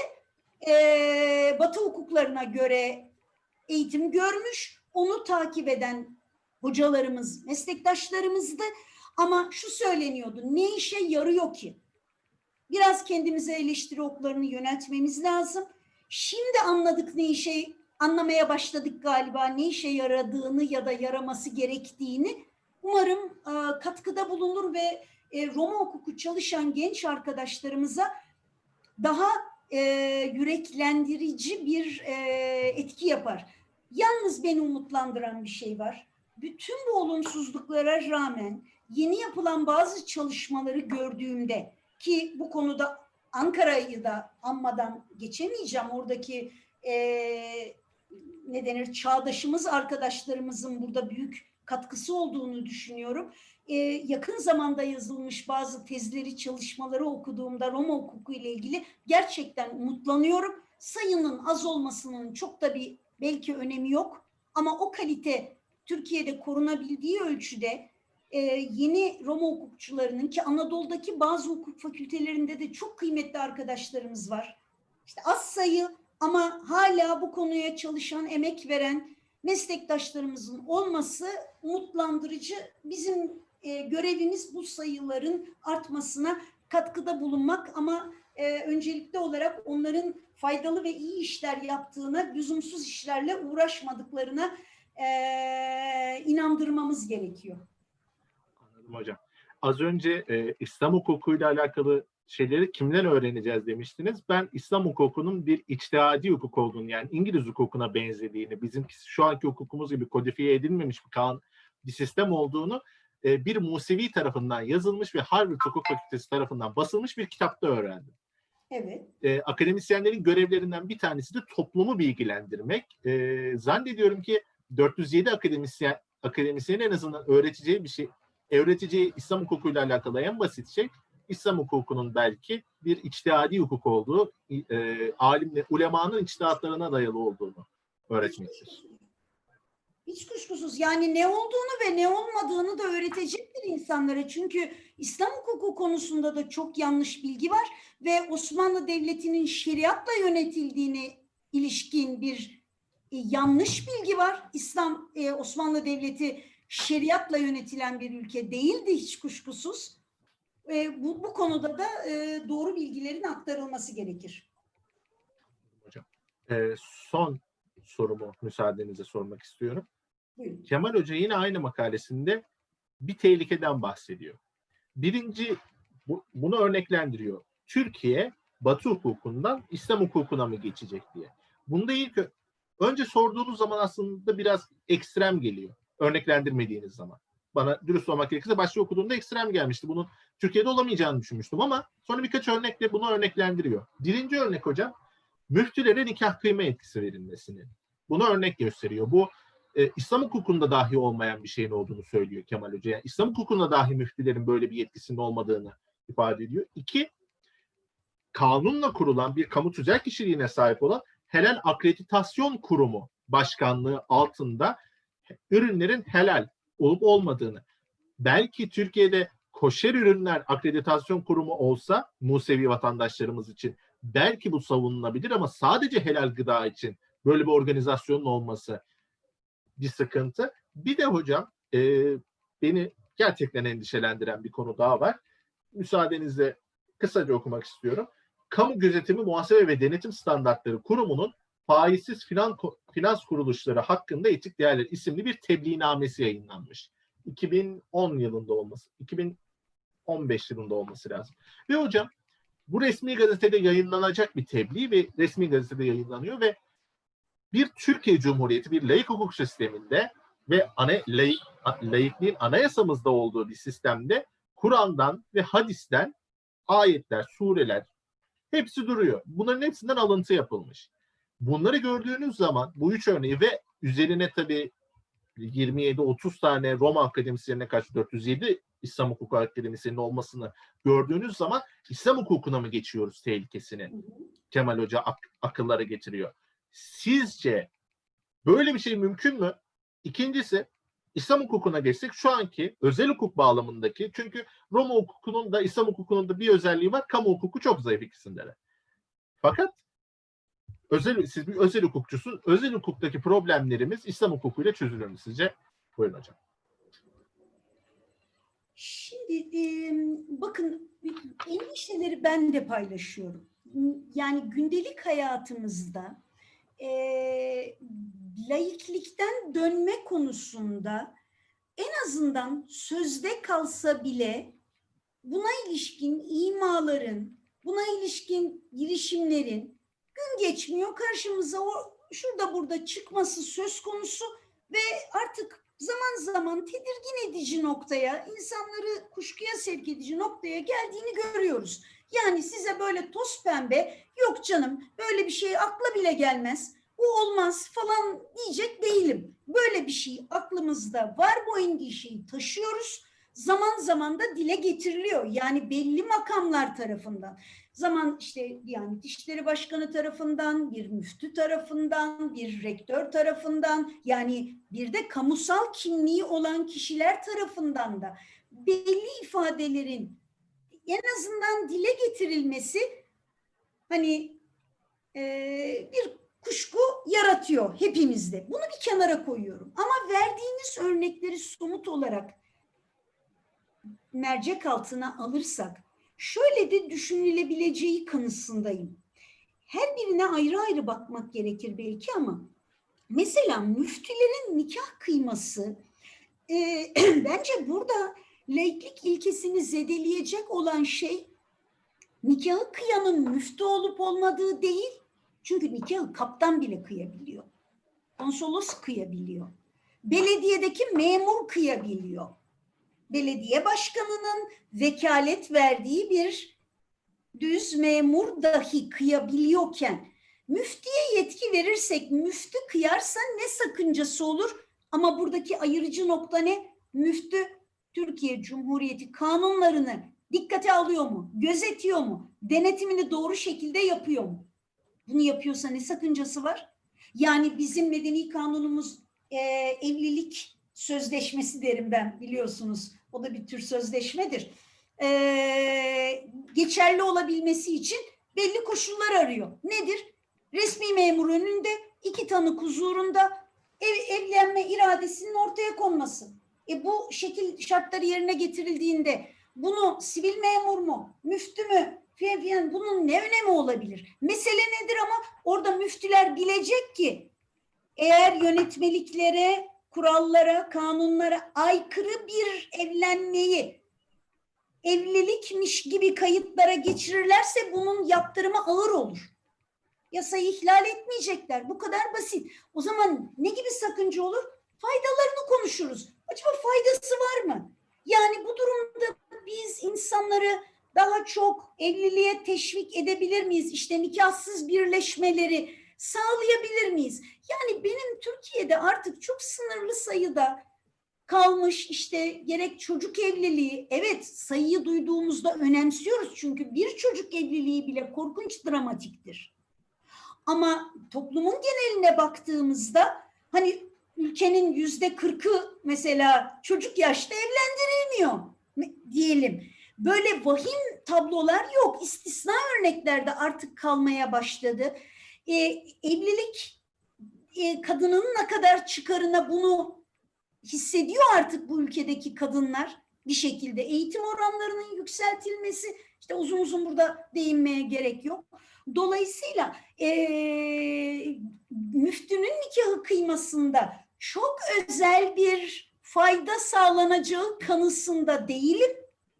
Batı hukuklarına göre eğitim görmüş, onu takip eden hocalarımız, meslektaşlarımızdı. Ama şu söyleniyordu, ne işe yarıyor ki? Biraz kendimize eleştiri oklarını yöneltmemiz lazım. Şimdi anladık anlamaya başladık galiba ne işe yaradığını ya da yaraması gerektiğini. Umarım katkıda bulunur ve Roma hukuku çalışan genç arkadaşlarımıza daha yüreklendirici bir etki yapar. Yalnız beni umutlandıran bir şey var. Bütün bu olumsuzluklara rağmen yeni yapılan bazı çalışmaları gördüğümde, ki bu konuda Ankara'yı da anmadan geçemeyeceğim. Oradaki çağdaşımız arkadaşlarımızın burada büyük katkısı olduğunu düşünüyorum. Yakın zamanda yazılmış bazı tezleri, çalışmaları okuduğumda Roma hukuku ile ilgili gerçekten umutlanıyorum. Sayının az olmasının çok da belki önemi yok. Ama o kalite Türkiye'de korunabildiği ölçüde yeni Roma hukukçularının, ki Anadolu'daki bazı hukuk fakültelerinde de çok kıymetli arkadaşlarımız var. İşte az sayı ama hala bu konuya çalışan, emek veren meslektaşlarımızın olması umutlandırıcı. Bizim görevimiz bu sayıların artmasına katkıda bulunmak, ama öncelikli olarak onların faydalı ve iyi işler yaptığına, lüzumsuz işlerle uğraşmadıklarına inandırmamız gerekiyor. Anladım hocam. Az önce İslam hukukuyla alakalı şeyleri kimden öğreneceğiz demiştiniz. Ben İslam hukukunun bir içtihadi hukuk olduğunu, yani İngiliz hukukuna benzediğini, bizim şu anki hukukumuz gibi kodifiye edilmemiş bir sistem olduğunu bir Musevi tarafından yazılmış ve Harvard Hukuk Fakültesi tarafından basılmış bir kitapta öğrendim. Evet. Akademisyenlerin görevlerinden bir tanesi de toplumu bilgilendirmek. Zannediyorum ki 407 akademisyenin en azından öğreteceği İslam hukukuyla alakalı en basit şey, İslam hukukunun belki bir içtihadi hukuk olduğu, ulemanın içtihatlarına dayalı olduğunu öğretmektir. Hiç kuşkusuz, yani ne olduğunu ve ne olmadığını da öğretecektir insanlara. Çünkü İslam hukuku konusunda da çok yanlış bilgi var ve Osmanlı Devleti'nin şeriatla yönetildiğine ilişkin bir yanlış bilgi var. Osmanlı Devleti şeriatla yönetilen bir ülke değildi hiç kuşkusuz. Bu konuda da doğru bilgilerin aktarılması gerekir. Hocam, son sorumu müsaadenizle sormak istiyorum. Buyurun. Kemal Hoca yine aynı makalesinde bir tehlikeden bahsediyor. Birinci, bunu örneklendiriyor. Türkiye Batı hukukundan İslam hukukuna mı geçecek diye. Bunda önce sorduğunuz zaman aslında biraz ekstrem geliyor. Örneklendirmediğiniz zaman. Bana dürüst olmak gerekirse başta okuduğumda ekstrem gelmişti. Bunun Türkiye'de olamayacağını düşünmüştüm ama sonra birkaç örnekle bunu örneklendiriyor. Birinci örnek hocam, müftülere nikah kıyma yetkisi verilmesini. Bunu örnek gösteriyor. Bu İslam hukukunda dahi olmayan bir şeyin olduğunu söylüyor Kemal Hoca. Yani İslam hukukunda dahi müftülerin böyle bir yetkisinin olmadığını ifade ediyor. İki, kanunla kurulan bir kamu tüzel kişiliğine sahip olan Helal Akreditasyon Kurumu başkanlığı altında ürünlerin helal olup olmadığını, belki Türkiye'de koşer ürünler akreditasyon kurumu olsa Musevi vatandaşlarımız için belki bu savunulabilir ama sadece helal gıda için böyle bir organizasyonun olması bir sıkıntı. Bir de hocam beni gerçekten endişelendiren bir konu daha var. Müsaadenizle kısaca okumak istiyorum. Kamu Gözetimi, Muhasebe ve Denetim Standartları Kurumu'nun faizsiz finans kuruluşları hakkında etik değerler isimli bir tebliğnamesi yayınlanmış. 2010 yılında olması, 2015 yılında olması lazım. Ve hocam bu resmi gazetede yayınlanacak bir tebliğ ve resmi gazetede yayınlanıyor ve bir Türkiye Cumhuriyeti, bir laik hukuk sisteminde ve laikliğin anayasamızda olduğu bir sistemde Kur'an'dan ve hadisten ayetler, sureler hepsi duruyor. Bunların hepsinden alıntı yapılmış. Bunları gördüğünüz zaman bu üç örneği ve üzerine tabii 27-30 tane Roma akademisyenine karşı 407 İslam Hukuku akademisyeninin olmasını gördüğünüz zaman İslam hukukuna mı geçiyoruz tehlikesini Kemal Hoca akıllara getiriyor. Sizce böyle bir şey mümkün mü? İkincisi, İslam hukukuna geçsek şu anki özel hukuk bağlamındaki, çünkü Roma hukukunun da İslam hukukunun da bir özelliği var. Kamu hukuku çok zayıf ikisinde de. Fakat siz bir özel hukukçusun. Özel hukuktaki problemlerimiz İslam hukukuyla çözülür mü sizce? Buyurun hocam. Şimdi bakın, endişeleri ben de paylaşıyorum. Yani gündelik hayatımızda laiklikten dönme konusunda en azından sözde kalsa bile buna ilişkin imaların, buna ilişkin girişimlerin gün geçmiyor karşımıza şurada burada çıkması söz konusu ve artık zaman zaman tedirgin edici noktaya, insanları kuşkuya sevk edici noktaya geldiğini görüyoruz. Yani size böyle toz pembe, yok canım böyle bir şey akla bile gelmez, bu olmaz falan diyecek değilim. Böyle bir şey aklımızda var, bu endişeyi taşıyoruz. Zaman zaman da dile getiriliyor. Yani belli makamlar tarafından. Zaman işte Diyanet İşleri Başkanı tarafından, bir müftü tarafından, bir rektör tarafından, yani bir de kamusal kimliği olan kişiler tarafından da belli ifadelerin en azından dile getirilmesi hani bir kuşku yaratıyor hepimizde. Bunu bir kenara koyuyorum. Ama verdiğiniz örnekleri somut olarak mercek altına alırsak şöyle de düşünülebileceği kanısındayım. Her birine ayrı ayrı bakmak gerekir belki ama mesela müftülerin nikah kıyması bence burada laiklik ilkesini zedeleyecek olan şey nikahı kıyanın müftü olup olmadığı değil. Çünkü nikahı kaptan bile kıyabiliyor. Konsolos kıyabiliyor. Belediyedeki memur kıyabiliyor. belediye başkanının vekalet verdiği bir düz memur dahi kıyabiliyorken müftiye yetki verirsek müftü kıyarsa ne sakıncası olur? Ama buradaki ayırıcı nokta ne? Müftü Türkiye Cumhuriyeti kanunlarını dikkate alıyor mu? Gözetiyor mu? Denetimini doğru şekilde yapıyor mu? Bunu yapıyorsa ne sakıncası var? Yani bizim medeni kanunumuz evlilik sözleşmesi derim ben, biliyorsunuz. O da bir tür sözleşmedir. Geçerli olabilmesi için belli koşullar arıyor. Nedir? Resmi memur önünde, 2 tanık huzurunda evlenme iradesinin ortaya konması. Bu şekil şartları yerine getirildiğinde bunu sivil memur mu, müftü mü, bunun ne önemi olabilir? Mesele nedir ama orada müftüler bilecek ki eğer yönetmeliklere, kurallara, kanunlara aykırı bir evlenmeyi evlilikmiş gibi kayıtlara geçirirlerse bunun yaptırımı ağır olur. Yasayı ihlal etmeyecekler. Bu kadar basit. O zaman ne gibi sakınca olur? Faydalarını konuşuruz. Acaba faydası var mı? Yani bu durumda biz insanları daha çok evliliğe teşvik edebilir miyiz? İşte nikahsız birleşmeleri sağlayabilir miyiz? Yani benim Türkiye'de artık çok sınırlı sayıda kalmış işte gerek çocuk evliliği, evet sayıyı duyduğumuzda önemsiyoruz çünkü bir çocuk evliliği bile korkunç dramatiktir. Ama toplumun geneline baktığımızda hani ülkenin %40'ı mesela çocuk yaşta evlendirilmiyor diyelim. Böyle vahim tablolar yok. İstisna örnekler de artık kalmaya başladı. Evlilik kadının ne kadar çıkarına bunu hissediyor artık bu ülkedeki kadınlar bir şekilde. Eğitim oranlarının yükseltilmesi, işte uzun uzun burada değinmeye gerek yok. Dolayısıyla müftünün nikahı kıymasında çok özel bir fayda sağlanacağı kanısında değilim.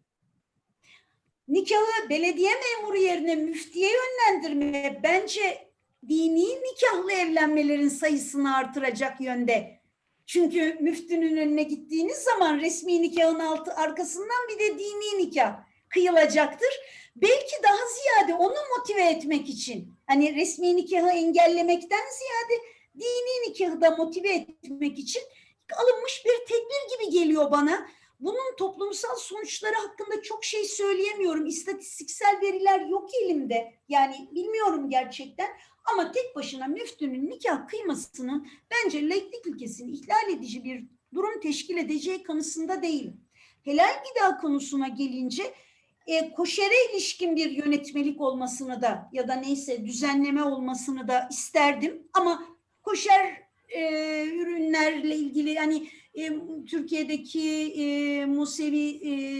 Nikahı belediye memuru yerine müftiye yönlendirme bence dini nikahlı evlenmelerin sayısını artıracak yönde. Çünkü müftünün önüne gittiğiniz zaman resmi nikahın arkasından bir de dini nikah kıyılacaktır. Belki daha ziyade onu motive etmek için, hani resmi nikahı engellemekten ziyade dini nikahı da motive etmek için alınmış bir tedbir gibi geliyor bana. Bunun toplumsal sonuçları hakkında çok şey söyleyemiyorum. İstatistiksel veriler yok elimde. Yani bilmiyorum gerçekten. Ama tek başına müftünün nikah kıymasının bence laiklik ilkesini ihlal edici bir durum teşkil edeceği kanısında değilim. Helal gıda konusuna gelince koşere ilişkin bir yönetmelik olmasını da ya da neyse düzenleme olmasını da isterdim. Ama koşer ürünlerle ilgili hani Türkiye'deki Musevi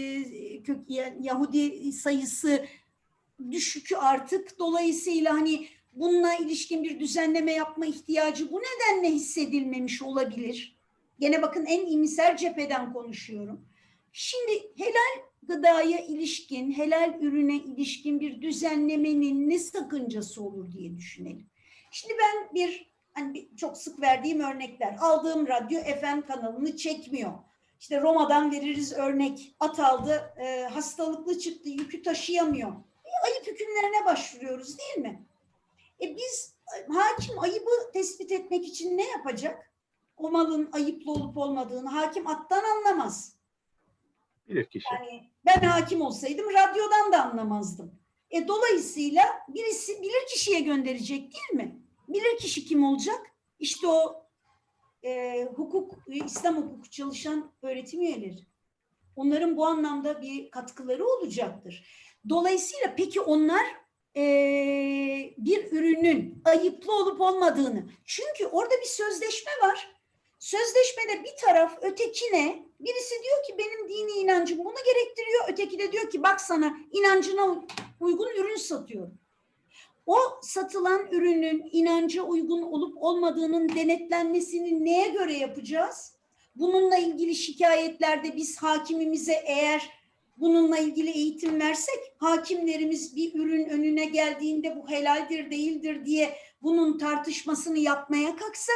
Yahudi sayısı düşük artık. Dolayısıyla hani bununla ilişkin bir düzenleme yapma ihtiyacı bu nedenle hissedilmemiş olabilir. Gene bakın en iyimser cepheden konuşuyorum. Şimdi helal gıdaya ilişkin, helal ürüne ilişkin bir düzenlemenin ne sakıncası olur diye düşünelim. Şimdi ben çok sık verdiğim örnekler. Aldığım radyo FM kanalını çekmiyor. İşte Roma'dan veririz örnek. At aldı, hastalıklı çıktı, yükü taşıyamıyor. Ayıp hükümlerine başvuruyoruz değil mi? Biz hakim ayıbı tespit etmek için ne yapacak? O malın ayıplı olup olmadığını hakim attan anlamaz. Bilirkişi. Yani ben hakim olsaydım radyodan da anlamazdım. Dolayısıyla birisi bilirkişiye gönderecek değil mi? Bilirkişi kim olacak? İşte o İslam hukuku çalışan öğretim üyeleri. Onların bu anlamda bir katkıları olacaktır. Dolayısıyla peki onlar bir ürünün ayıplı olup olmadığını, çünkü orada bir sözleşme var. Sözleşmede bir taraf ötekine, birisi diyor ki benim dini inancım bunu gerektiriyor. Öteki de diyor ki bak sana inancına uygun ürün satıyorum. O satılan ürünün inanca uygun olup olmadığının denetlenmesini neye göre yapacağız? Bununla ilgili şikayetlerde biz hakimimize eğer bununla ilgili eğitim versek, hakimlerimiz bir ürün önüne geldiğinde bu helaldir değildir diye bunun tartışmasını yapmaya kalksa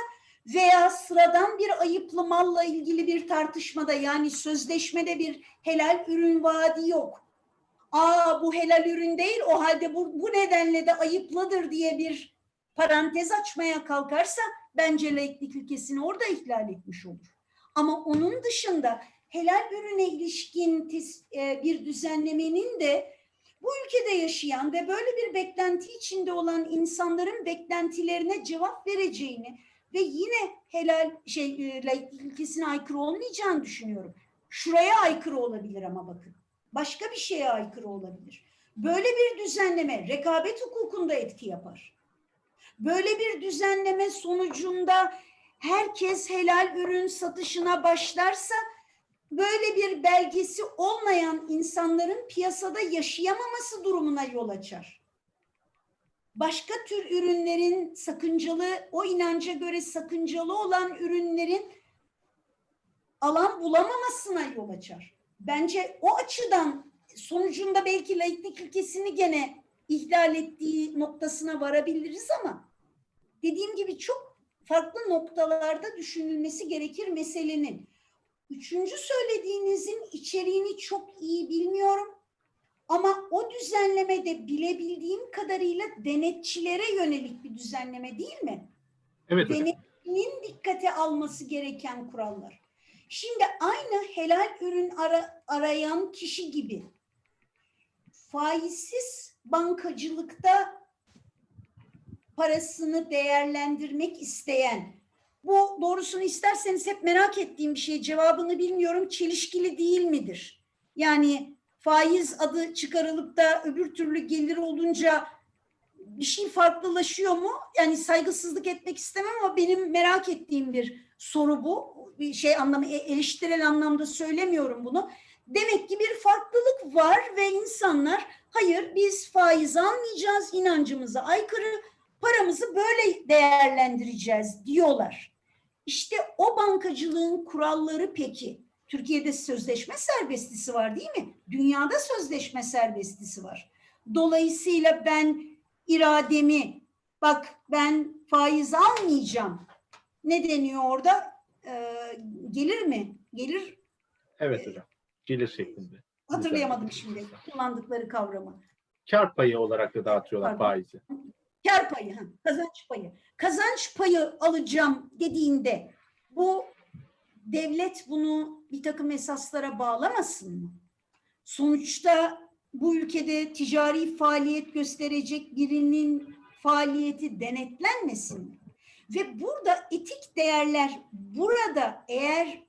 veya sıradan bir ayıplı malla ilgili bir tartışmada, yani sözleşmede bir helal ürün vaadi yok. Bu helal ürün değil, o halde bu nedenle de ayıplıdır diye bir parantez açmaya kalkarsa bence laiklik ilkesini orada ihlal etmiş olur. Ama onun dışında helal ürüne ilişkin bir düzenlemenin de bu ülkede yaşayan ve böyle bir beklenti içinde olan insanların beklentilerine cevap vereceğini ve yine laiklik ilkesine aykırı olmayacağını düşünüyorum. Şuraya aykırı olabilir ama bakın. Başka bir şeye aykırı olabilir. Böyle bir düzenleme rekabet hukukunda etki yapar. Böyle bir düzenleme sonucunda herkes helal ürün satışına başlarsa böyle bir belgesi olmayan insanların piyasada yaşayamaması durumuna yol açar. Başka tür ürünlerin sakıncalı, o inanca göre sakıncalı olan ürünlerin alan bulamamasına yol açar. Bence o açıdan sonucunda belki laiklik ilkesini gene ihlal ettiği noktasına varabiliriz ama dediğim gibi çok farklı noktalarda düşünülmesi gerekir meselenin. Üçüncü söylediğinizin içeriğini çok iyi bilmiyorum ama o düzenlemede bilebildiğim kadarıyla denetçilere yönelik bir düzenleme değil mi? Evet. Denetçinin dikkate alması gereken kurallar. Şimdi aynı helal ürün arayan kişi gibi faizsiz bankacılıkta parasını değerlendirmek isteyen, bu doğrusunu isterseniz hep merak ettiğim bir şey, cevabını bilmiyorum, çelişkili değil midir? Yani faiz adı çıkarılıp da öbür türlü gelir olunca bir şey farklılaşıyor mu? Yani saygısızlık etmek istemem ama benim merak ettiğim bir soru bu. Bir şey anlamı, eleştirel anlamda söylemiyorum bunu. Demek ki bir farklılık var ve insanlar hayır biz faiz almayacağız, inancımıza aykırı, paramızı böyle değerlendireceğiz diyorlar. İşte o bankacılığın kuralları peki. Türkiye'de sözleşme serbestisi var değil mi? Dünyada sözleşme serbestisi var. Dolayısıyla ben irademi, bak ben faiz almayacağım. Ne deniyor orada? Gelir mi? Gelir. Evet hocam. Gelir şeklinde. Hatırlayamadım şimdi kullandıkları kavramı. Kar payı olarak da dağıtıyorlar faizi. Kar payı, kazanç payı. Kazanç payı alacağım dediğinde bu devlet bunu bir takım esaslara bağlamasın mı? Sonuçta bu ülkede ticari faaliyet gösterecek birinin faaliyeti denetlenmesin mi? Ve burada etik değerler, burada eğer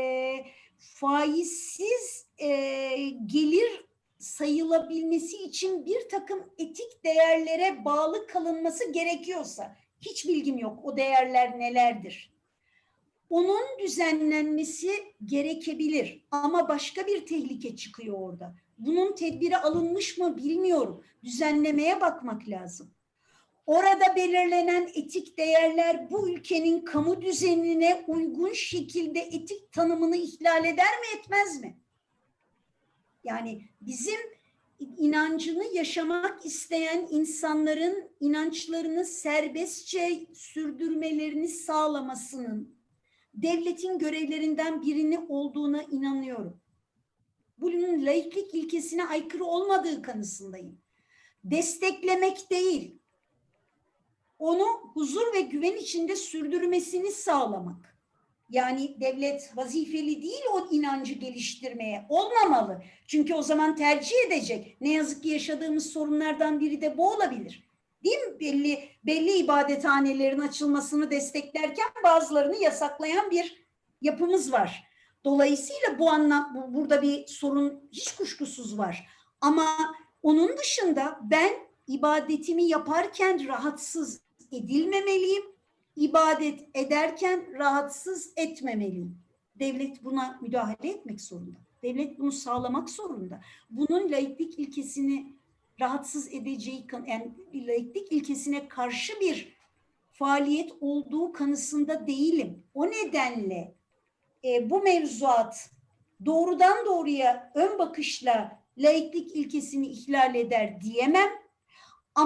faizsiz gelir sayılabilmesi için bir takım etik değerlere bağlı kalınması gerekiyorsa, hiç bilgim yok o değerler nelerdir. Onun düzenlenmesi gerekebilir ama başka bir tehlike çıkıyor orada. Bunun tedbiri alınmış mı bilmiyorum. Düzenlemeye bakmak lazım. Orada belirlenen etik değerler bu ülkenin kamu düzenine uygun şekilde etik tanımını ihlal eder mi etmez mi? Yani bizim inancını yaşamak isteyen insanların inançlarını serbestçe sürdürmelerini sağlamasının devletin görevlerinden birini olduğuna inanıyorum. Bunun laiklik ilkesine aykırı olmadığı kanısındayım. Desteklemek değil, onu huzur ve güven içinde sürdürmesini sağlamak. Yani devlet vazifeli değil o inancı geliştirmeye, olmamalı. Çünkü o zaman tercih edecek. Ne yazık ki yaşadığımız sorunlardan biri de bu olabilir. Değil mi? Belli ibadethanelerin açılmasını desteklerken bazılarını yasaklayan bir yapımız var. Dolayısıyla burada bir sorun hiç kuşkusuz var. Ama onun dışında ben ibadetimi yaparken rahatsız edilmemeliyim. İbadet ederken rahatsız etmemeliyim. Devlet buna müdahale etmek zorunda. Devlet bunu sağlamak zorunda. Bunun laiklik ilkesini rahatsız edeceği, yani laiklik ilkesine karşı bir faaliyet olduğu kanısında değilim. O nedenle bu mevzuat doğrudan doğruya ön bakışla laiklik ilkesini ihlal eder diyemem. Ama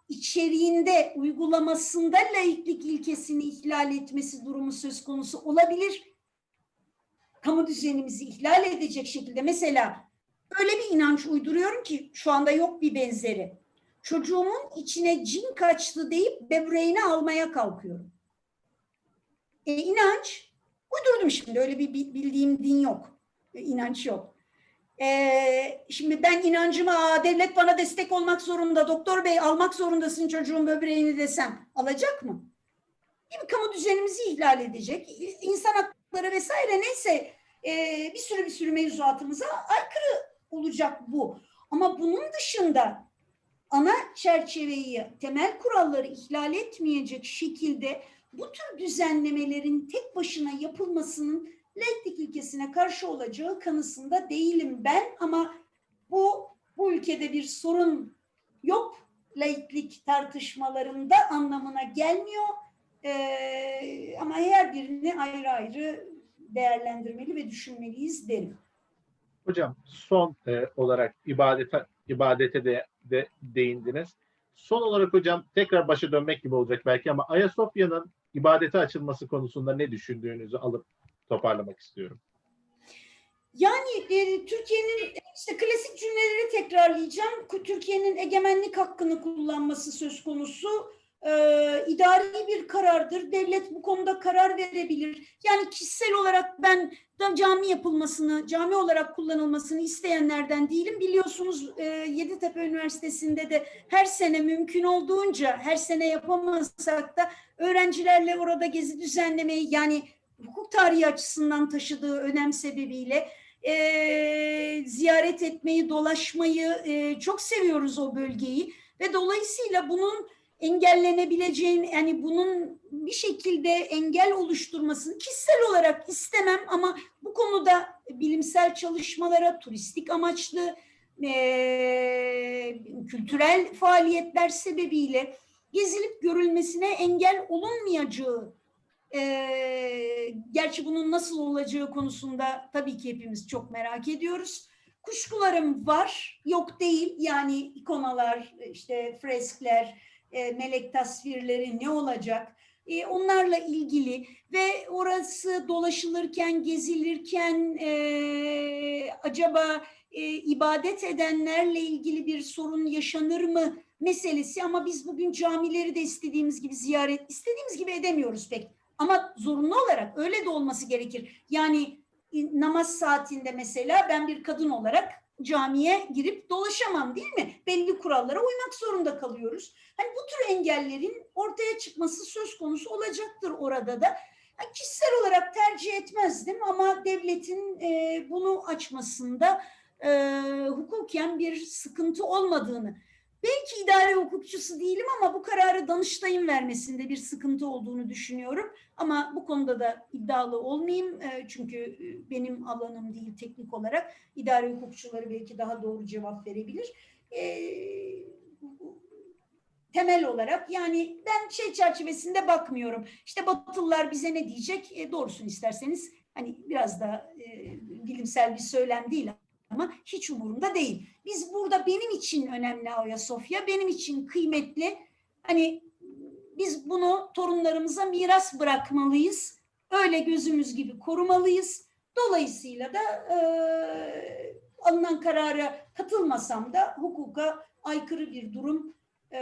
içeriğinde, uygulamasında laiklik ilkesini ihlal etmesi durumu söz konusu olabilir. Kamu düzenimizi ihlal edecek şekilde, mesela öyle bir inanç uyduruyorum ki şu anda yok bir benzeri. Çocuğumun içine cin kaçtı deyip böbreğini almaya kalkıyorum. İnanç, uydurdum şimdi, öyle bir bildiğim din yok, inanç yok. Şimdi ben inancıma devlet bana destek olmak zorunda, doktor bey almak zorundasın çocuğun böbreğini desem alacak mı? Değil mi? Kamu düzenimizi ihlal edecek, insan hakları vesaire neyse bir sürü mevzuatımıza aykırı olacak bu. Ama bunun dışında ana çerçeveyi, temel kuralları ihlal etmeyecek şekilde bu tür düzenlemelerin tek başına yapılmasının laiklik ilkesine karşı olacağı kanısında değilim ben, ama bu ülkede bir sorun yok laiklik tartışmalarında anlamına gelmiyor. Ama her birini ayrı ayrı değerlendirmeli ve düşünmeliyiz derim. Hocam son olarak ibadete de değindiniz. Son olarak hocam tekrar başa dönmek gibi olacak belki ama Ayasofya'nın ibadete açılması konusunda ne düşündüğünüzü alıp toparlamak istiyorum. Yani Türkiye'nin işte klasik cümleleri tekrarlayacağım. Türkiye'nin egemenlik hakkını kullanması söz konusu. İdari bir karardır. Devlet bu konuda karar verebilir. Yani kişisel olarak ben da cami yapılmasını, cami olarak kullanılmasını isteyenlerden değilim. Biliyorsunuz Yeditepe Üniversitesi'nde de her sene mümkün olduğunca, her sene yapamazsak da öğrencilerle orada gezi düzenlemeyi, yani hukuk tarihi açısından taşıdığı önem sebebiyle ziyaret etmeyi, dolaşmayı çok seviyoruz o bölgeyi ve dolayısıyla bunun engellenebileceğini, yani bunun bir şekilde engel oluşturmasını kişisel olarak istemem, ama bu konuda bilimsel çalışmalara, turistik amaçlı kültürel faaliyetler sebebiyle gezilip görülmesine engel olunmayacağı, gerçi bunun nasıl olacağı konusunda tabii ki hepimiz çok merak ediyoruz. Kuşkularım var, yok değil. Yani ikonalar, işte freskler, melek tasvirleri ne olacak? Onlarla ilgili ve orası dolaşılırken, gezilirken acaba ibadet edenlerle ilgili bir sorun yaşanır mı meselesi, ama biz bugün camileri de istediğimiz gibi edemiyoruz pek. Ama zorunlu olarak öyle de olması gerekir. Yani namaz saatinde mesela ben bir kadın olarak camiye girip dolaşamam, değil mi? Belli kurallara uymak zorunda kalıyoruz. Hani bu tür engellerin ortaya çıkması söz konusu olacaktır orada da. Yani kişisel olarak tercih etmezdim ama devletin bunu açmasında hukuken bir sıkıntı olmadığını, belki idare hukukçusu değilim ama bu kararı Danıştay'ın vermesinde bir sıkıntı olduğunu düşünüyorum. Ama bu konuda da iddialı olmayayım. Çünkü benim alanım değil teknik olarak. İdare hukukçuları belki daha doğru cevap verebilir. Temel olarak yani ben çerçevesinde bakmıyorum. İşte Batılılar bize ne diyecek? Doğrusunu isterseniz hani biraz da bilimsel bir söylem değil ama hiç umurumda değil. Biz burada, benim için önemli Ayasofya, benim için kıymetli. Hani biz bunu torunlarımıza miras bırakmalıyız. Öyle gözümüz gibi korumalıyız. Dolayısıyla da alınan karara katılmasam da hukuka aykırı bir durum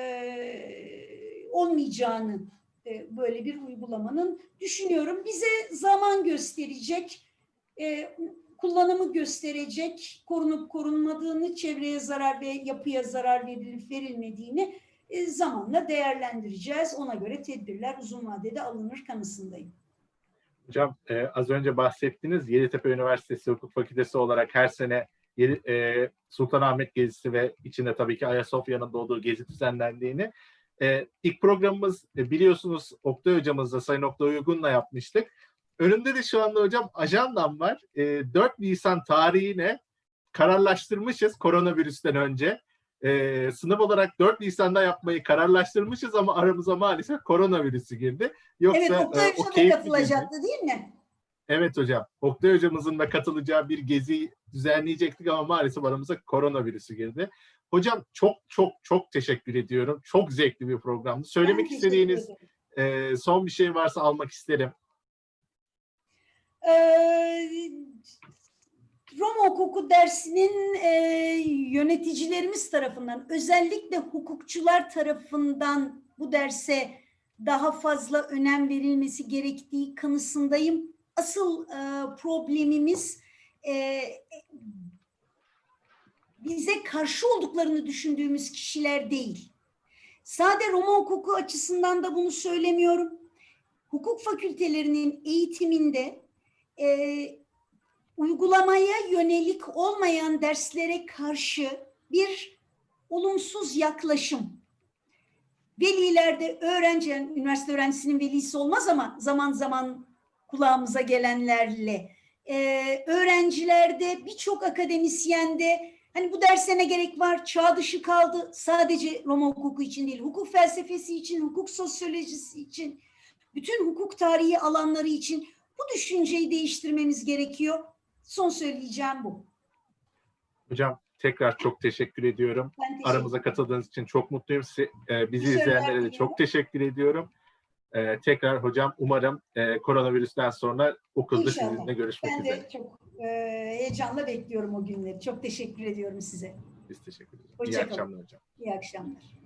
olmayacağını böyle bir uygulamanın düşünüyorum. Bize zaman gösterecek, kullanımı gösterecek, korunup korunmadığını, çevreye zarar ve yapıya zarar verilip verilmediğini zamanla değerlendireceğiz. Ona göre tedbirler uzun vadede alınır kanısındayım. Hocam az önce bahsettiniz Yeditepe Üniversitesi Hukuk Fakültesi olarak her sene Sultanahmet gezisi ve içinde tabii ki Ayasofya'nın doğduğu gezi düzenlendiğini. İlk programımız biliyorsunuz Oktay hocamızla, Sayın Oktay Uygun'la yapmıştık. Önümde de şu anda hocam ajandam var. 4 Nisan tarihine kararlaştırmışız koronavirüsten önce. Sınıf olarak 4 Nisan'da yapmayı kararlaştırmışız ama aramıza maalesef koronavirüsü girdi. Yoksa evet, Oktay o Hoca da keyifli katılacaktı gezi, değil mi? evet hocam. Oktay hocamızın da katılacağı bir gezi düzenleyecektik ama maalesef aramıza koronavirüsü girdi. Hocam çok çok çok teşekkür ediyorum. Çok zevkli bir programdı. Söylemek teşekkür istediğiniz ederim. son bir şey varsa almak isterim. Roma hukuku dersinin yöneticilerimiz tarafından, özellikle hukukçular tarafından bu derse daha fazla önem verilmesi gerektiği kanısındayım. Asıl problemimiz bize karşı olduklarını düşündüğümüz kişiler değil. Sade Roma hukuku açısından da bunu söylemiyorum. Hukuk fakültelerinin eğitiminde uygulamaya yönelik olmayan derslere karşı bir olumsuz yaklaşım. Velilerde üniversite öğrencisinin velisi olmaz ama zaman zaman kulağımıza gelenlerle, öğrencilerde, birçok akademisyende hani bu derse ne gerek var, çağ dışı kaldı, sadece Roma hukuku için değil, hukuk felsefesi için, hukuk sosyolojisi için, bütün hukuk tarihi alanları için bu düşünceyi değiştirmemiz gerekiyor. Son söyleyeceğim bu. Hocam tekrar çok teşekkür ediyorum. Aramıza katıldığınız için çok mutluyum. Bizi izleyenlere de çok teşekkür ediyorum. Tekrar hocam umarım koronavirüsten sonra okulda sizinle görüşmek üzere. Ben de çok heyecanla bekliyorum o günleri. Çok teşekkür ediyorum size. Biz teşekkür ederiz. Hoşça İyi kalın. akşamlar hocam. İyi akşamlar.